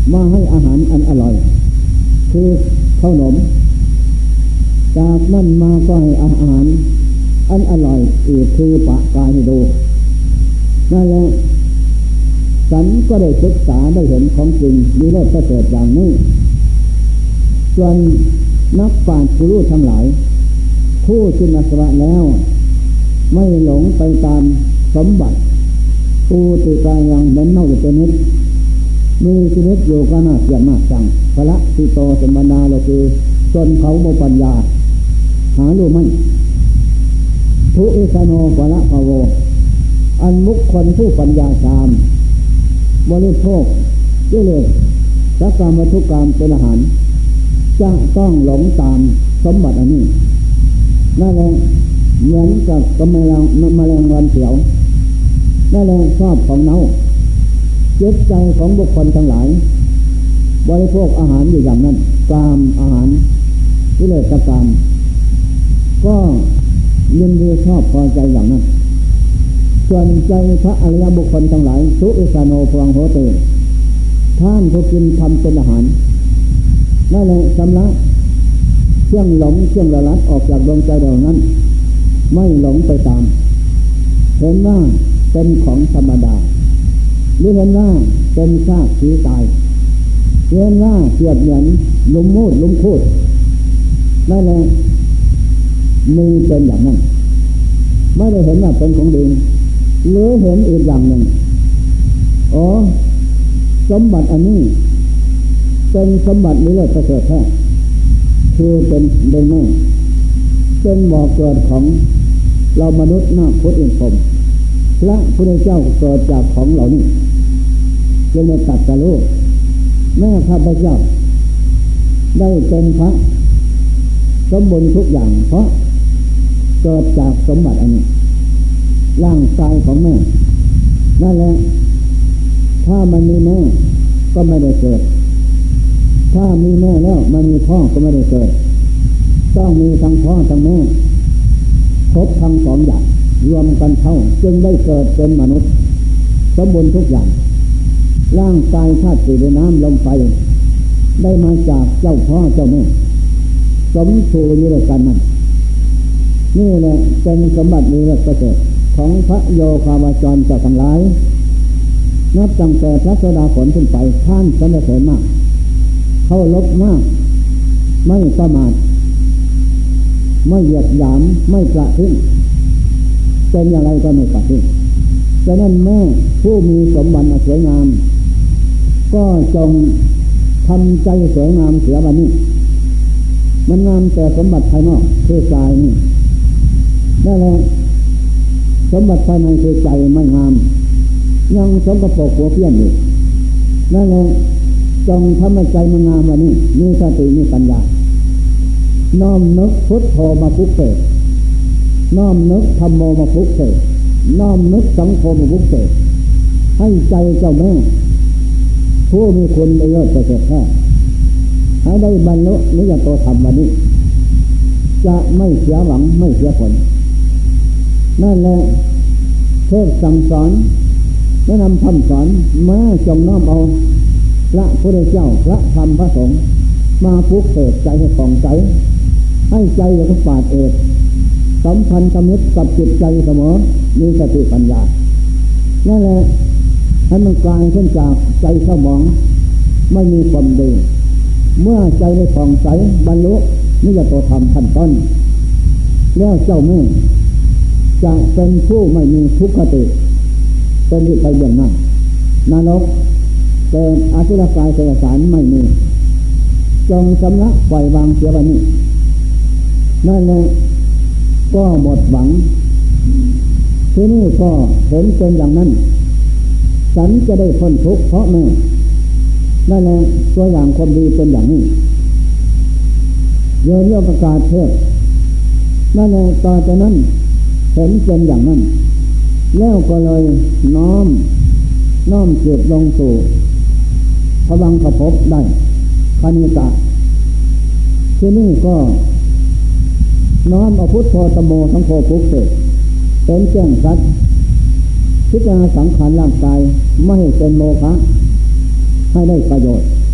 มาให้อาหารอันอร่อยคือข้าวหนมจากนั้นมาก็ให้อาหารอันอร่อยอีกคือปะกายให้ดูนั่นแหละฉันก็ได้ศึกษาได้เห็นของจริงมีเลิศประเสริฐอย่างนี้ส่วนนักปราชญ์ผู้รู้ทั้งหลายผู้สิ้นอาสวะแล้วไม่หลงไปตามสมบัติปูติกายังเหม็นเน่าอยู่เป็นนิดมีชีวิตอยู่ก็น่าเกลียดมากจังพระสิโตสมนาโลกีจนเขาโมปัญญาหารู้ไม่ทุอิสโนภละภโวอันมุขคนผู้ปัญญาสามบริโภคกิเลสและกรรมวัตถุกรรมเป็นอาหารจะต้องหลงตามสมบัติอันนี้นั่นแหละเหมือนกับแมลงวันเขียวนั่นแหละชอบของเน่าจิตใจของบุคคลทั้งหลายบริโภคอาหารอยู่อย่างนั้นกามอาหารกิเลสกรรมก็ยินดีชอบพอใจอย่างนั้นส่วนใจพระอริยบุคคลทั้งหลายสุอิสาโนพวังโหเตท่านผู้กินทำเป็นอาหารนั่นแหละสำลักเครื่องหลงเครื่องละลัดออกจากดวงใจเหล่านั้นไม่หลงไปตามเห็นว่าเป็นของธรรมดาหรือเห็นว่าเป็นซากผีตายเห็นว่าเกียดเหมือนลุมมูดลุมคูดนั่นแหละมีเป็นอย่างนั้นไม่ได้เห็นว่าเป็นของดีหรือเห็นอีกอย่างหนึ่งอ๋อสมบัติอันนี้เป็นสมบัติมีเลิศประเสริฐแท้คือเป็นแม่เป็นบ่อเกิดของเรามนุษย์นาคพุทธอินทร์พรหมพระพุทธเจ้าเกิดจากของเหล่านี้จึงได้ตรัสรู้แม่ข้าพเจ้าได้เป็นพระสมบูรณ์ทุกอย่างเพราะเกิดจากสมบัติอันนี้ร่างกายของแม่นั่นแหละถ้ามันมีแม่ก็ไม่ได้เกิดถ้ามีแม่แล้วมันมีพ่อก็ไม่ได้เกิดต้องมีทั้งพ่อทั้งแม่ครบทั้งสองอย่างรวมกันเข้าจึงได้เกิดเป็นมนุษย์สมบูรณ์ทุกอย่างร่างกายธาตุสี่ดินน้ำลมไฟได้มาจากเจ้าพ่อเจ้าแม่สมสู่อยู่ด้วยกันนั่นนี่แหละเป็นสมบัติมีเลิศประเสริฐของพระโยคาวาจรเจ้าทั้งหลายนับตั้งแต่พระโสดาผลขึ้นไปท่านสรรเสริญมากเคารพมากไม่ประมาทไม่เหยียดหยามไม่กระทิ้งเป็นอย่างไรก็ไม่กระทิ้งฉะนั้นแม่ผู้มีสมบัติสวยงามก็จงทำใจสวยงามเสียวันนี้มันงามแต่สมบัติภายนอกคือกายนี่นั่นแหละสมบัติภายในคือใจไม่งามยังสกปรกหัวเพี้ยนอยู่นั่นแหละจงทำให้ใจมันงามวันนี้มีสติมีปัญญาน้อมนึกพุทโธมาพุกเสกน้อมนึกธัมโมมาพุกเสกน้อมนึกสังโฆมาพุกเสกให้ใจเจ้าแม่ผู้มีคุณในเลิศประเสริฐแท้ให้ได้บรรลุนิยโตธรรมวันนี้จะไม่เสียหวังไม่เสียผลนั่นแหละเทศสั่งสอนแนะนำคำสอนมาจงน้อมเอาพระพุทธเจ้าพระธรรมพระสงฆ์มาปลุกเสกใจให้ผ่องใสให้ใจอย่างกับปราชญ์เอกสัมพันธ์กับมิตรกับจิตใจเสมอมีสติปัญญานั่นแหละให้มันกลายขึ้นจากใจเศร้าหมองไม่มีความดีเมื่อใจได้ผ่องใสบรรลุนิยโตธรรมขั้นต้นแล้วเจ้าแม่จะเป็นผู้ไม่มีทุกขติเป็นที่ไปเบื้องหน้านรกแต่อสุรกายเสสารไม่มีจงชำระปล่อยวางเสียวันนี้นั่นแหละก็หมดหวังที่นี่ก็เห็นเป็นอย่างนั้นฉันจะได้พ้นทุกข์เพราะแม่นั่นแหละตัวอย่างความดีเป็นอย่างนี้เรียกประกาศเทศนั่นแหละต่อจากนั้นเห็นเป็นอย่างนั้นแล้วก็เลยน้อมจิตลงสู่พวังคภพได้คณิกะที่นี่ก็น้อมเอาพุทโธธัมโมสังโฆพุกเสกเป็นแจ้งชัดพิจารณาสังขารร่างกายไม่ให้เป็นโมฆะให้ได้ประโยชน์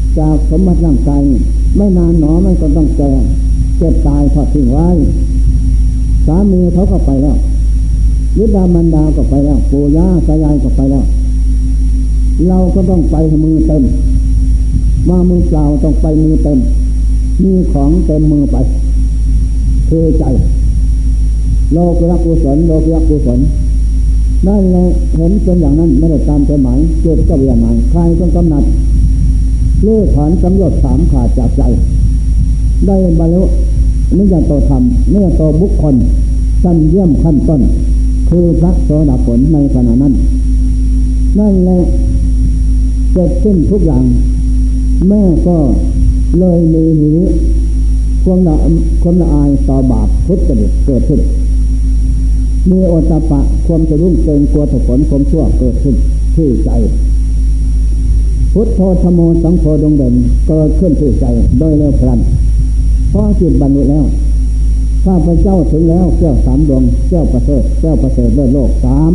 จากสมบัติร่างกายไม่นานหนอมันก็ต้องแก่เจ็บตายทอดทิ้งไว้สามีเขาก็ไปแล้วบิดามารดาก็ไปแล้วปู่ย่าตายายก็ไปแล้วเราก็ต้องไปมือเต็มมามือเปล่าต้องไปมือเต็มมีของเต็มมือไปคือใจโลกุตกุศลโลกุตกุศลนั่นแหละเห็นเป็นอย่างนั้นไม่ได้ตามใจหมายเกิดก็เวียนหมายใครต้องกำหนัดเลื่อถอนสังโยชน์3ขาดจากใจได้บรรลุนิยโตธรรมนิยโตบุคคลชั้นเยี่ยมขั้นต้นคือพระโสดาผลในขณะนั้นนั่นแหละเกิดขึ้นทุกอย่างแม่ก็เลยมีหิวความละอายต่อบาปทุจริตเกิดขึ้นมีโอตตัปปะความสะดุ้งเกรงกลัวต่อผลความชั่วเกิดขึ้นที่ใจพุทโธธัมโมสังโฆดวงเด่นเกิดขึ้นที่ใจโดยเร็วพลันพอจิตบรรลุแล้วข้าพเจ้าถึงแล้วแก้ว3 ดวงแก้วประเสริฐเลิศโลก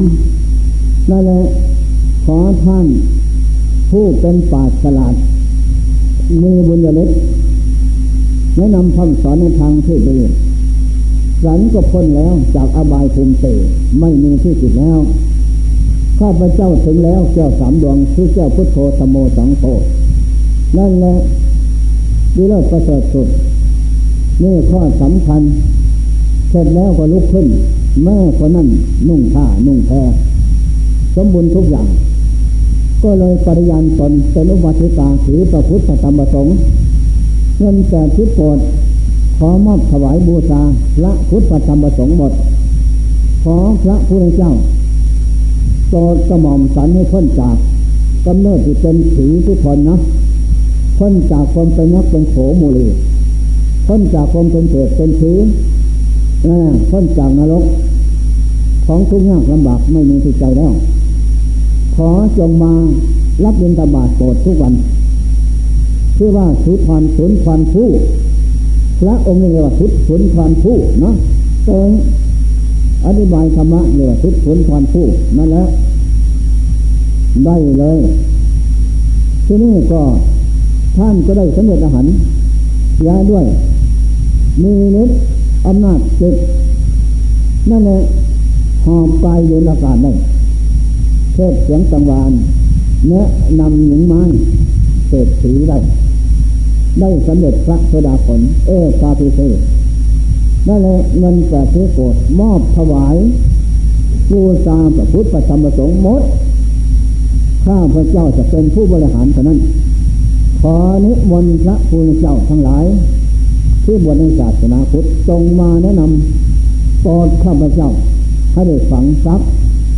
3นั่นแหละขอท่านผู้เป็นปราชญ์ฉลาดมีบุญญาฤทธิ์แนะนำคำสอนในทางที่ดีฉันก็พ้นแล้วจากอบายภูมิเตไม่มีที่ติดแล้วข้าพเจ้าถึงแล้วแก้ว3 ดวงคือแก้วพุทโธธัมโมสังโฆนั่นแหละดีเลิศประเสริฐสุดนี่ข้อสำคัญเสร็จแล้วก็ลุกขึ้นแม่คนนั้นนุ่งผ้านุ่งแพรสมบูรณ์ทุกอย่างก็เลยปฏิญาณตนเป็นอุบาสิกาถือพระพุทธธรรมประสงค์เงินแต่ทิศโปรดขอมอบถวายบูชาพระพุทธธรรมประสงค์หมดขอพระพุทธเจ้าโปรดกระหม่อมสันให้พ้นจากกำเนิดที่เป็นผีทุกคนนะพ้นจากความเป็นนักเป็นโขมูลีพ้นจากความเป็นเปรตเป็นผีพ้นจากนรกของทุกข์ยากลำบากไม่มีที่ใจแล้วขอจงมารับบิณฑบาตโปรดทุกวันชื่อว่าสุนทรภู่พระองค์นี้เรียกว่าสุนทรภู่เนาะเติมอธิบายธรรมะเรียกว่าสุนทรภู่นั่นแหละได้เลยที่นี่ก็ท่านก็ได้สำเร็จอรหันต์ย้ายด้วยมีฤทธิ์อำนาจจิตนั่นแหละหอบกายอยู่ในอากาศได้เทศเสียงกังวานแนะนำหญิงไม้เศรษฐีได้สำเร็จพระโสดาผลปาฏิเสธนั่นแหละเงินแปดโกฏมอบถวายบูชาพระพุทธธรรมประสงค์หมดข้าพระเจ้าจะเป็นผู้บริหารเท่านั้นขอนิมนต์พระพุทธเจ้าทั้งหลายที่บวชในศาสนาพุทธจงมาแนะนำโปรดข้าพเจ้าให้ได้ฝังทรัพย์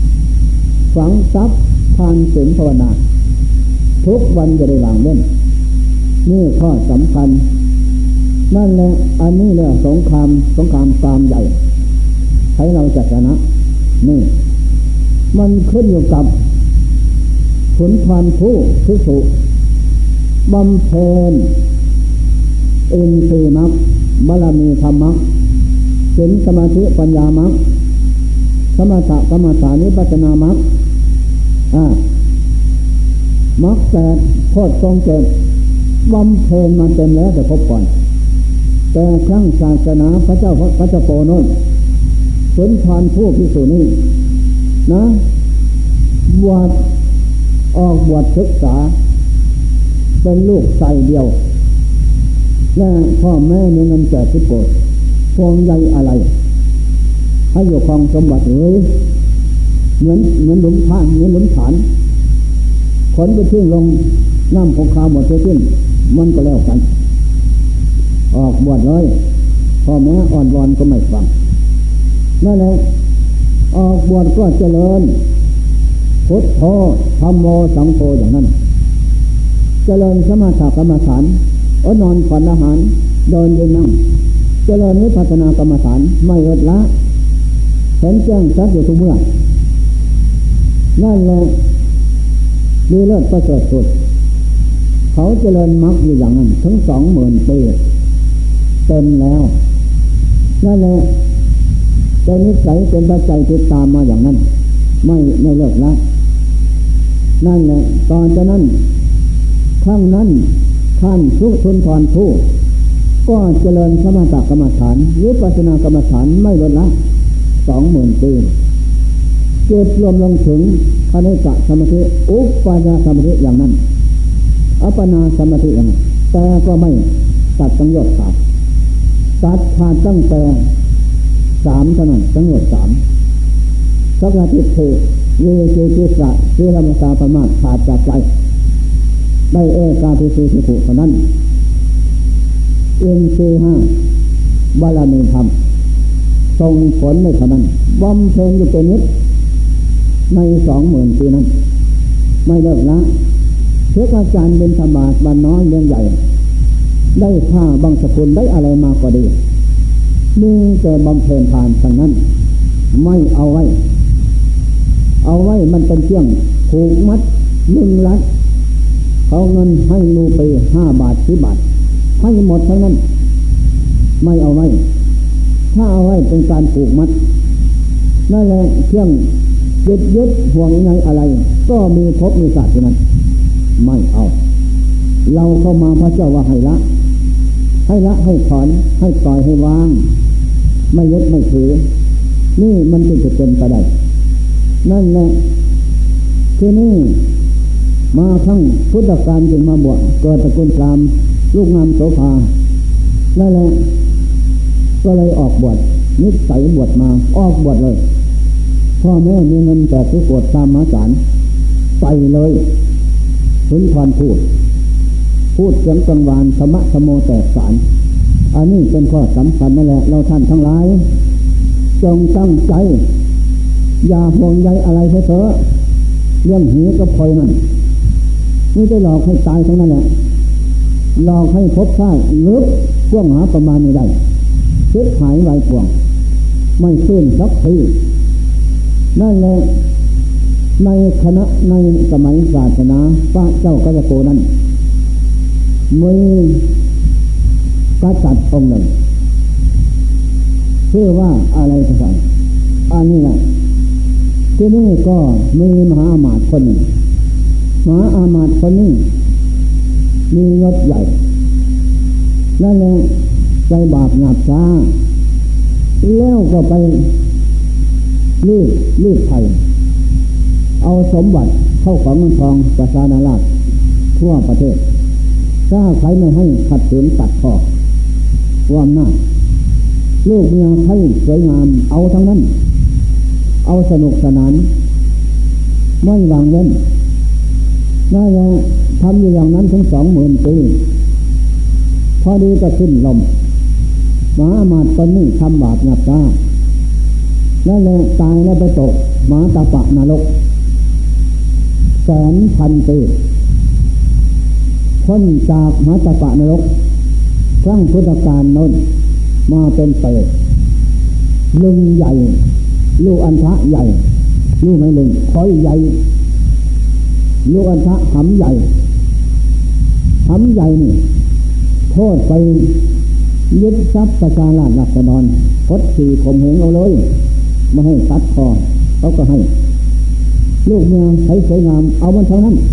ทานศีลภาวนาทุกวันจะได้หลังเล่นนี่ข้อสำคัญนั่นแหละอันนี้แหละสงครามตามใหญ่ให้เราจัดชนะนี่มันขึ้นอยู่กับขุนพรผู้ภิกษุบำเพ็ญอินทรีย์มรรคบารมีธรรมะศีลสมาธิปัญญามรรคสมถะกรรมฐานวิปัสสนามรรคมรรค8โพชฌงค์7บำเพ็ญมาเต็มแล้วแต่พบก่อนแต่ครั้งศาสนาพระเจ้าโปโน่นขุนพรผู้ภิกษุนี้นะออกบวชศึกษาเป็นลูกใส่เดียวและพ่อแม่มีเงิน80 โกฏพวงใยอะไรให้อยู่ครองสมบัติเหมือนหลุมฐานขนไปทิ้งลงน้ำคงคาหมดไปทิ้งมันก็แล้วกันออกบวชเลยพ่อแม่อ่อนวอนก็ไม่ฟังนั่นแหละออกบวชก็เจริญพุทโธธัมโมสังโฆอย่างนั้นเจริญสมถกรรมฐานอดนอนผ่อนอาหารเดินยืนนั่งเจริญวิปัสสนากรรมฐานไม่ลดละเห็นแจ้งชัดอยู่ทุกเมื่อนั่นแหละดีเลิศประเสริฐสุดเขาเจริญมรรคอยู่อย่างนั้นถึง 20,000 ปีเต็มแล้วนั่นแหละแต่นิสัยเป็นปัจจัยติดตามมาอย่างนั้นไม่เลิกละนั่นแหละตอนจากนั้นครั้งนั้นท่านสุทุนทรภู่ก็เจริญสมถกรรมฐานวิปัสสนากรรมฐานไม่ลดละ 20,000 ปีเก็บรวมลงถึงคณิกะสมาธิอุปปาสมาธิอย่างนั้นอัปปนาสมาธิอย่างนั้นแต่ก็ไม่ตัดสังโยชน์ขาดตัดขาดตั้งแต่3เท่านั้นสังโยชน์3สักทิฏฐิเยเจกิสะเจรมตาประมาทขาดจากใจได้เอกาภิสิทธิเท่านั้นเอ็นซี5บารมีธรรมส่งผลในเท่านั้นบำเพ็ญอยู่เป็นนิดใน 20,000 ปีนั้นไม่เลิกละเทศอาจารย์เป็นธรรมะบ้านน้อยเรื่องใหญ่ได้ผ้าบางสกุลได้อะไรมาก็ดีมีแต่บำเพ็ญทานทั้งนั้นไม่เอาไว้มันเป็นเชื่องผูกมัด1 ลัดเขาเงินให้ลูไป5 บาท10 บาทให้หมดทั้งนั้นไม่เอาไว้ถ้าเอาไว้เป็นการผูกมัดนั่นแหละเชื่องยึดห่วงยังไงอะไรก็มีภพมีศาสตร์นั้นไม่เอาเราเข้ามาพระเจ้าว่าให้ละให้ถอนให้ปล่อยให้วางไม่ยึดไม่ถือนี่มันจึงจะเป็นไปได้นั่นแหละที่นี่มาครั้งพุทธกาลจึงมาบวชเกิดตระกูลพราหมณ์ลูกงามโสภานั่นแหละก็เลยออกบวชนิสัยบวชมาออกบวชเลยพ่อแม่มีเงินแต่ทุกโกรธตามมาศาลไปเลยสุนทรพูดเสียงกังวานธรรมะธรรมโมแตกสารอันนี้เป็นข้อสำคัญนั่นแหละเราท่านทั้งหลายจงตั้งใจอย่าห่วงใยอะไรเถอะเรื่องหีกับพลอยนั่นนี่จะหลอกให้ตายทั้งนั้นแหละหลอกให้พบชาติลึกกว้างหาประมาณนี้ได้เช็ดหายไวกว้างไม่ซื่นสักทีนั่นแหละในคณะในสมัยศาสนาพระเจ้ากัจจโกนั้นมีกษัตริย์องค์หนึ่งชื่อว่าอะไรกษัตริย์อันนี้แหละที่นี่ก็มีมหาอามาตย์คนหนึ่งมหาอามาตย์คนนี้มียศใหญ่นั่นแหละใจบาปหยาบช้าแล้วก็ไปรีดไถเอาสมบัติเข้าของเงินทองประชานาราชทั่วประเทศถ้าใครไม่ให้ขัดขืนตัดคอว่าอำนาจลูกเมียใครสวยงามเอาทั้งนั้นเอาสนุกสนานไม่วางเว้นนั่นแหละทำอยู่อย่างนั้นถึง 20,000 ปีพอดีก็ขึ้นลมมหาอามาตย์คนนี้ทำบาปหยาบช้านั่นแหละตายแล้วไปตกมหาตาปะนรก100,000 ปีพ้นจากมหาตาปะนรกครั้งพุทธกาลโน้นมาเป็นเปรตลึงใหญ่ลูกอันทะใหญ่ลูกไม่ลึงคอยใหญ่ลูกอันทะหำใหญ่นี่โทษไปยึดทรัพย์ประชาราษฎร์ราษฎรพดขี่ข่มเหงเอาเลยไม่ให้ตัดคอเขาก็ให้ลูกเมียใช้สวยงามเอามันเท่านั้น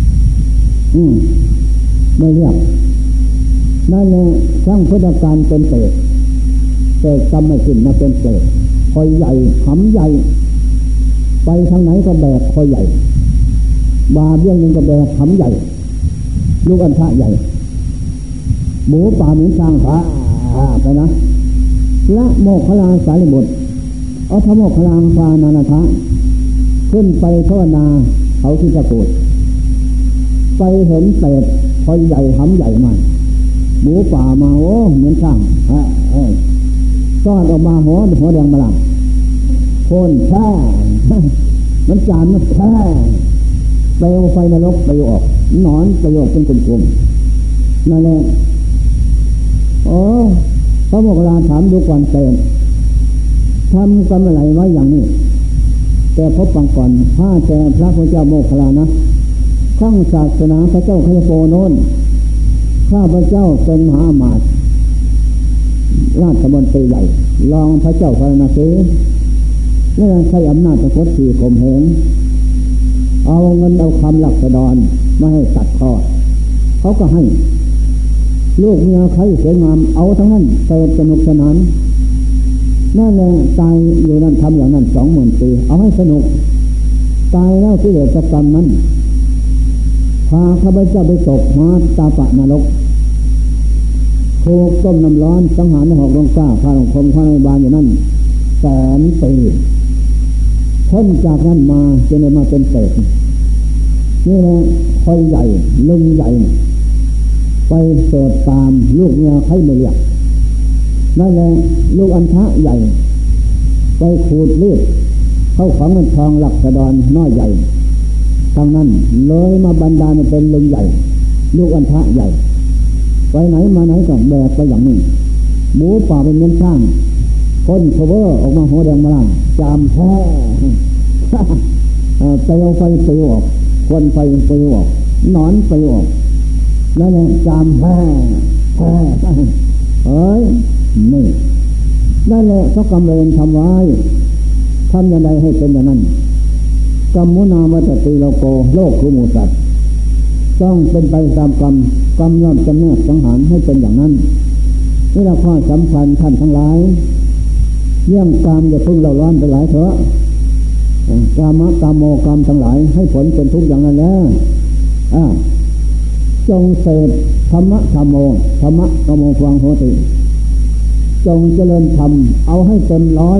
ไม่เรียกนั่นแหละครั้งพุทธกาลเป็นเปรตแต่กรรมไม่ขึ้นมาเป็นเปรตคอยใหญ่หำใหญ่ไปทางไหนก็แบกคอยใหญ่บาเบี้ยงยังก็แบกหำใหญ่ลูกอันทะใหญ่หมูป่าเหมือนช้างผาไปนะละโมคคัลลาสารีบุตรเอาพระโมคคัลลาพานานาถะขึ้นไปภาวนาเขาที่จะโกรธไปเห็นเปรตคอยใหญ่หำใหญ่มันหมูป่ามาโอ้เหมือนช้างซ่อนออกมาหัวแดงมาละโคนแช่มันจานมันแช่เปลวไฟนรกไปออกหนอนไปออกเป็นกลุ่มๆนั่นแหละพระโมคคัลลาถามดูก่อนเปรตทำกรรมอะไรไว้อย่างนี้แต่พบปังก่อนถ้าแต่พระพุทธเจ้าโมคคัลลานะข้างศาสนาพระเจ้ากัจจโกโน้นข้าพระเจ้าเป็นมหาอามาตย์ราชมนตรีใหญ่รองพระเจ้าพระนครและใช้อำนาจตะกดขี่ข่มเหงเอาเงินเอาคำหลักษฎรไม่ให้ตัดคอเขาก็ให้ลูกเมียใครสวยงามเอาทั้งนั้นเติบสนุกสนานนั่นแหละตายอยู่นั่นทำอย่างนั้น20,000 ปีเอาให้สนุกตายแล้วที่เหลือจะกรรมนั้นพาข้าพเจ้าไปตกหาตาปะนรกถูกต้มน้ำร้อนสังหารในหอกลงกล้าพาลงคมพาในบานอยู่นั่น100,000 ปีพ้นจากนั้นมาจะได้มาเป็นเศษนี่แหละคอยใหญ่ลึงใหญ่ไปเกิดตามลูกเมียใครไม่เรียกนั่นแหละลูกอันทะใหญ่ไปขูดเลือดเข้าฝังเงินทองหลักสะดอนน้อยใหญ่ทางนั้นเลยมาบรรดาเป็นลึงใหญ่ลูกอันทะใหญ่ไปไหนมาไหนก็แบกไปอย่างนี้หมูป่าเป็นเงินช่างคนโคเวอร์ออกมาหัวแดงมาล่างจามแท้เปลวไฟไปออกควันไฟไปออกหนอนไปออกแล้วเนี่ยจามแท้เอ้ยนี่นั่นแหละเขากำเริญทำไว้ทำอย่างไรให้เป็นอย่างนั้นกรรมมุนาวัตติโลโกโลกคือหมู่สัตว์ต้องเป็นไปตามกรรมย่อมจำแนกสังหารให้เป็นอย่างนั้นนี่เราข้อสำคัญท่านทั้งหลายเรื่องกรรมอย่าพึ่งเราร้อนไปหลายเถอะกามะกามโมกรรมทั้งหลายให้ผลเป็นทุกข์อย่างนั้นแล้วจงเสพธรรมะธรรมโมธรรมะกามโมฟังโหติจงเจริญธรรมเอาให้เต็มร้อย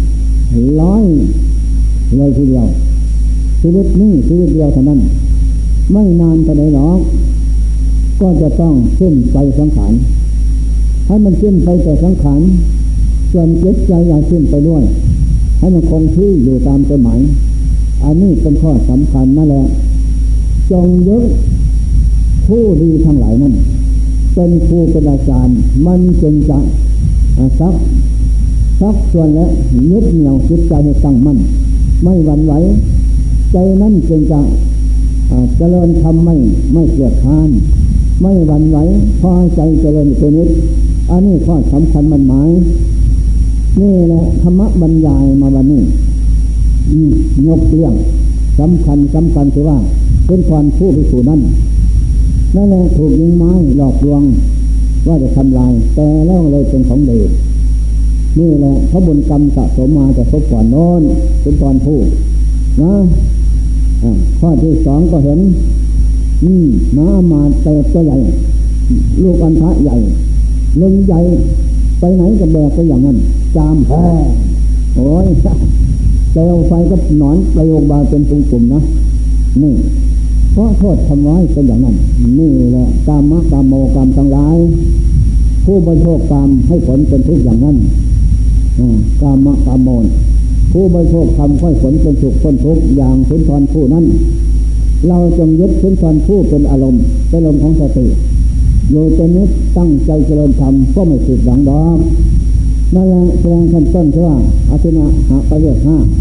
เลยทีเดียวชีวิตนี้ชีวิตเดียวเท่านั้นไม่นานเท่าไหร่หรอกก็จะต้องสิ้นไปสังขารให้มันสิ้นไปแต่สังขารส่วนจิตใจอย่าสิ้นไปด้วยให้มันคงที่อยู่ตามกฎหมายอันนี้เป็นข้อสำคัญนั่นแหละจงยึดผู้ดีทั้งหลายนั้นเป็นครูเป็นอาจารย์มันจึงจะซักส่วนและยึดเหนี่ยวจิตใจให้ตั้งมั่นไม่หวั่นไหวใจนั้นจึงจะเจริญธรรมไม่เกียจคร้านไม่หวั่นไหวพอใจเจริญตัวนิดอันนี้ข้อสำคัญมันหมายนี่แหละธรรมบรรยายมาวันนี้ยกเรื่องสำคัญคือว่าเป็นความผู้พิสูจน์นั้นนั่นแหละถูกยิงไม้หลอกลวงว่าจะทำลายแต่แล้วเลยเป็นของดีนี่แหละเพราะบุญกรรมสะสมมาแต่พบก่อนโน้นเป็นตอนผู้นะข้อที่2ก็เห็นหมามาเติบตัวใหญ่ลูกอันทะใหญ่ลึงใหญ่ไปไหนก็แบกไปอย่างนั้นจามแพ้โอ้ยเปลวไฟก็หนอนประโยคบาเป็นปุ่มๆนะนี่เพราะโทษทำไว้เป็นอย่างนั้นนี่แหละกามะกามโมกรรมทั้งหลายผู้บริโภคกรรมให้ผลเป็นทุกข์อย่างนั้นกามะกามโมผู้บริโภคกรรมค่อยผลเป็นสุขพ้นทุกข์อย่างสุนทรผู้นั้นเราจงยึดสุนทรผู้เป็นอารมณ์เป็นลมของสติอยู่จนนิดตั้งใจเจริญธรรมก็ไม่ผิดหวังดอกนั่นแหละแสดงขั้นต้นว่าอาทินะหาประโยชน์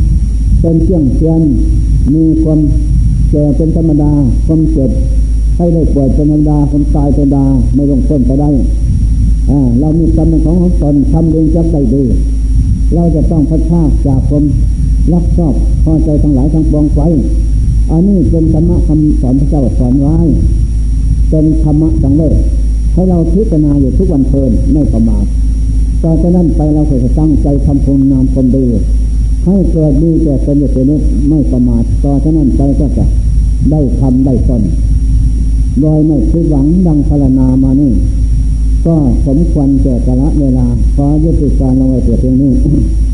5เป็นเชี่ยงเชียนมีความแก่เป็นธรรมดาความเจ็บให้ได้ป่วยเป็นธรรมดาคนตายเป็นธรรมดาไม่ลงพ้นไปได้เรามีกรรมเป็นของตนทำเองจะได้ดีเราจะต้องพัฒนาจากความรักชอบพอใจทั้งหลายทั้งปวงไปอันนี้เป็นธรรมะคำสอนพระเจ้าสอนไว้เป็นธรรมะสังเวชให้เราพิจารณาอยู่ทุกวันเพลินไม่ประมาทต่อจากนั้นไปเราจะตั้งใจทำคุณงามความดีให้เกิดดีแก่ตนอยู่ตัวนี้ไม่ประมาทต่อจากนั้นไปก็จะได้ทำได้ตนโดยไม่คิดหวังดังพรรณนามานี่ก็สมควรแก่กาลเวลาขอยุติการลงไว้เพียงนี้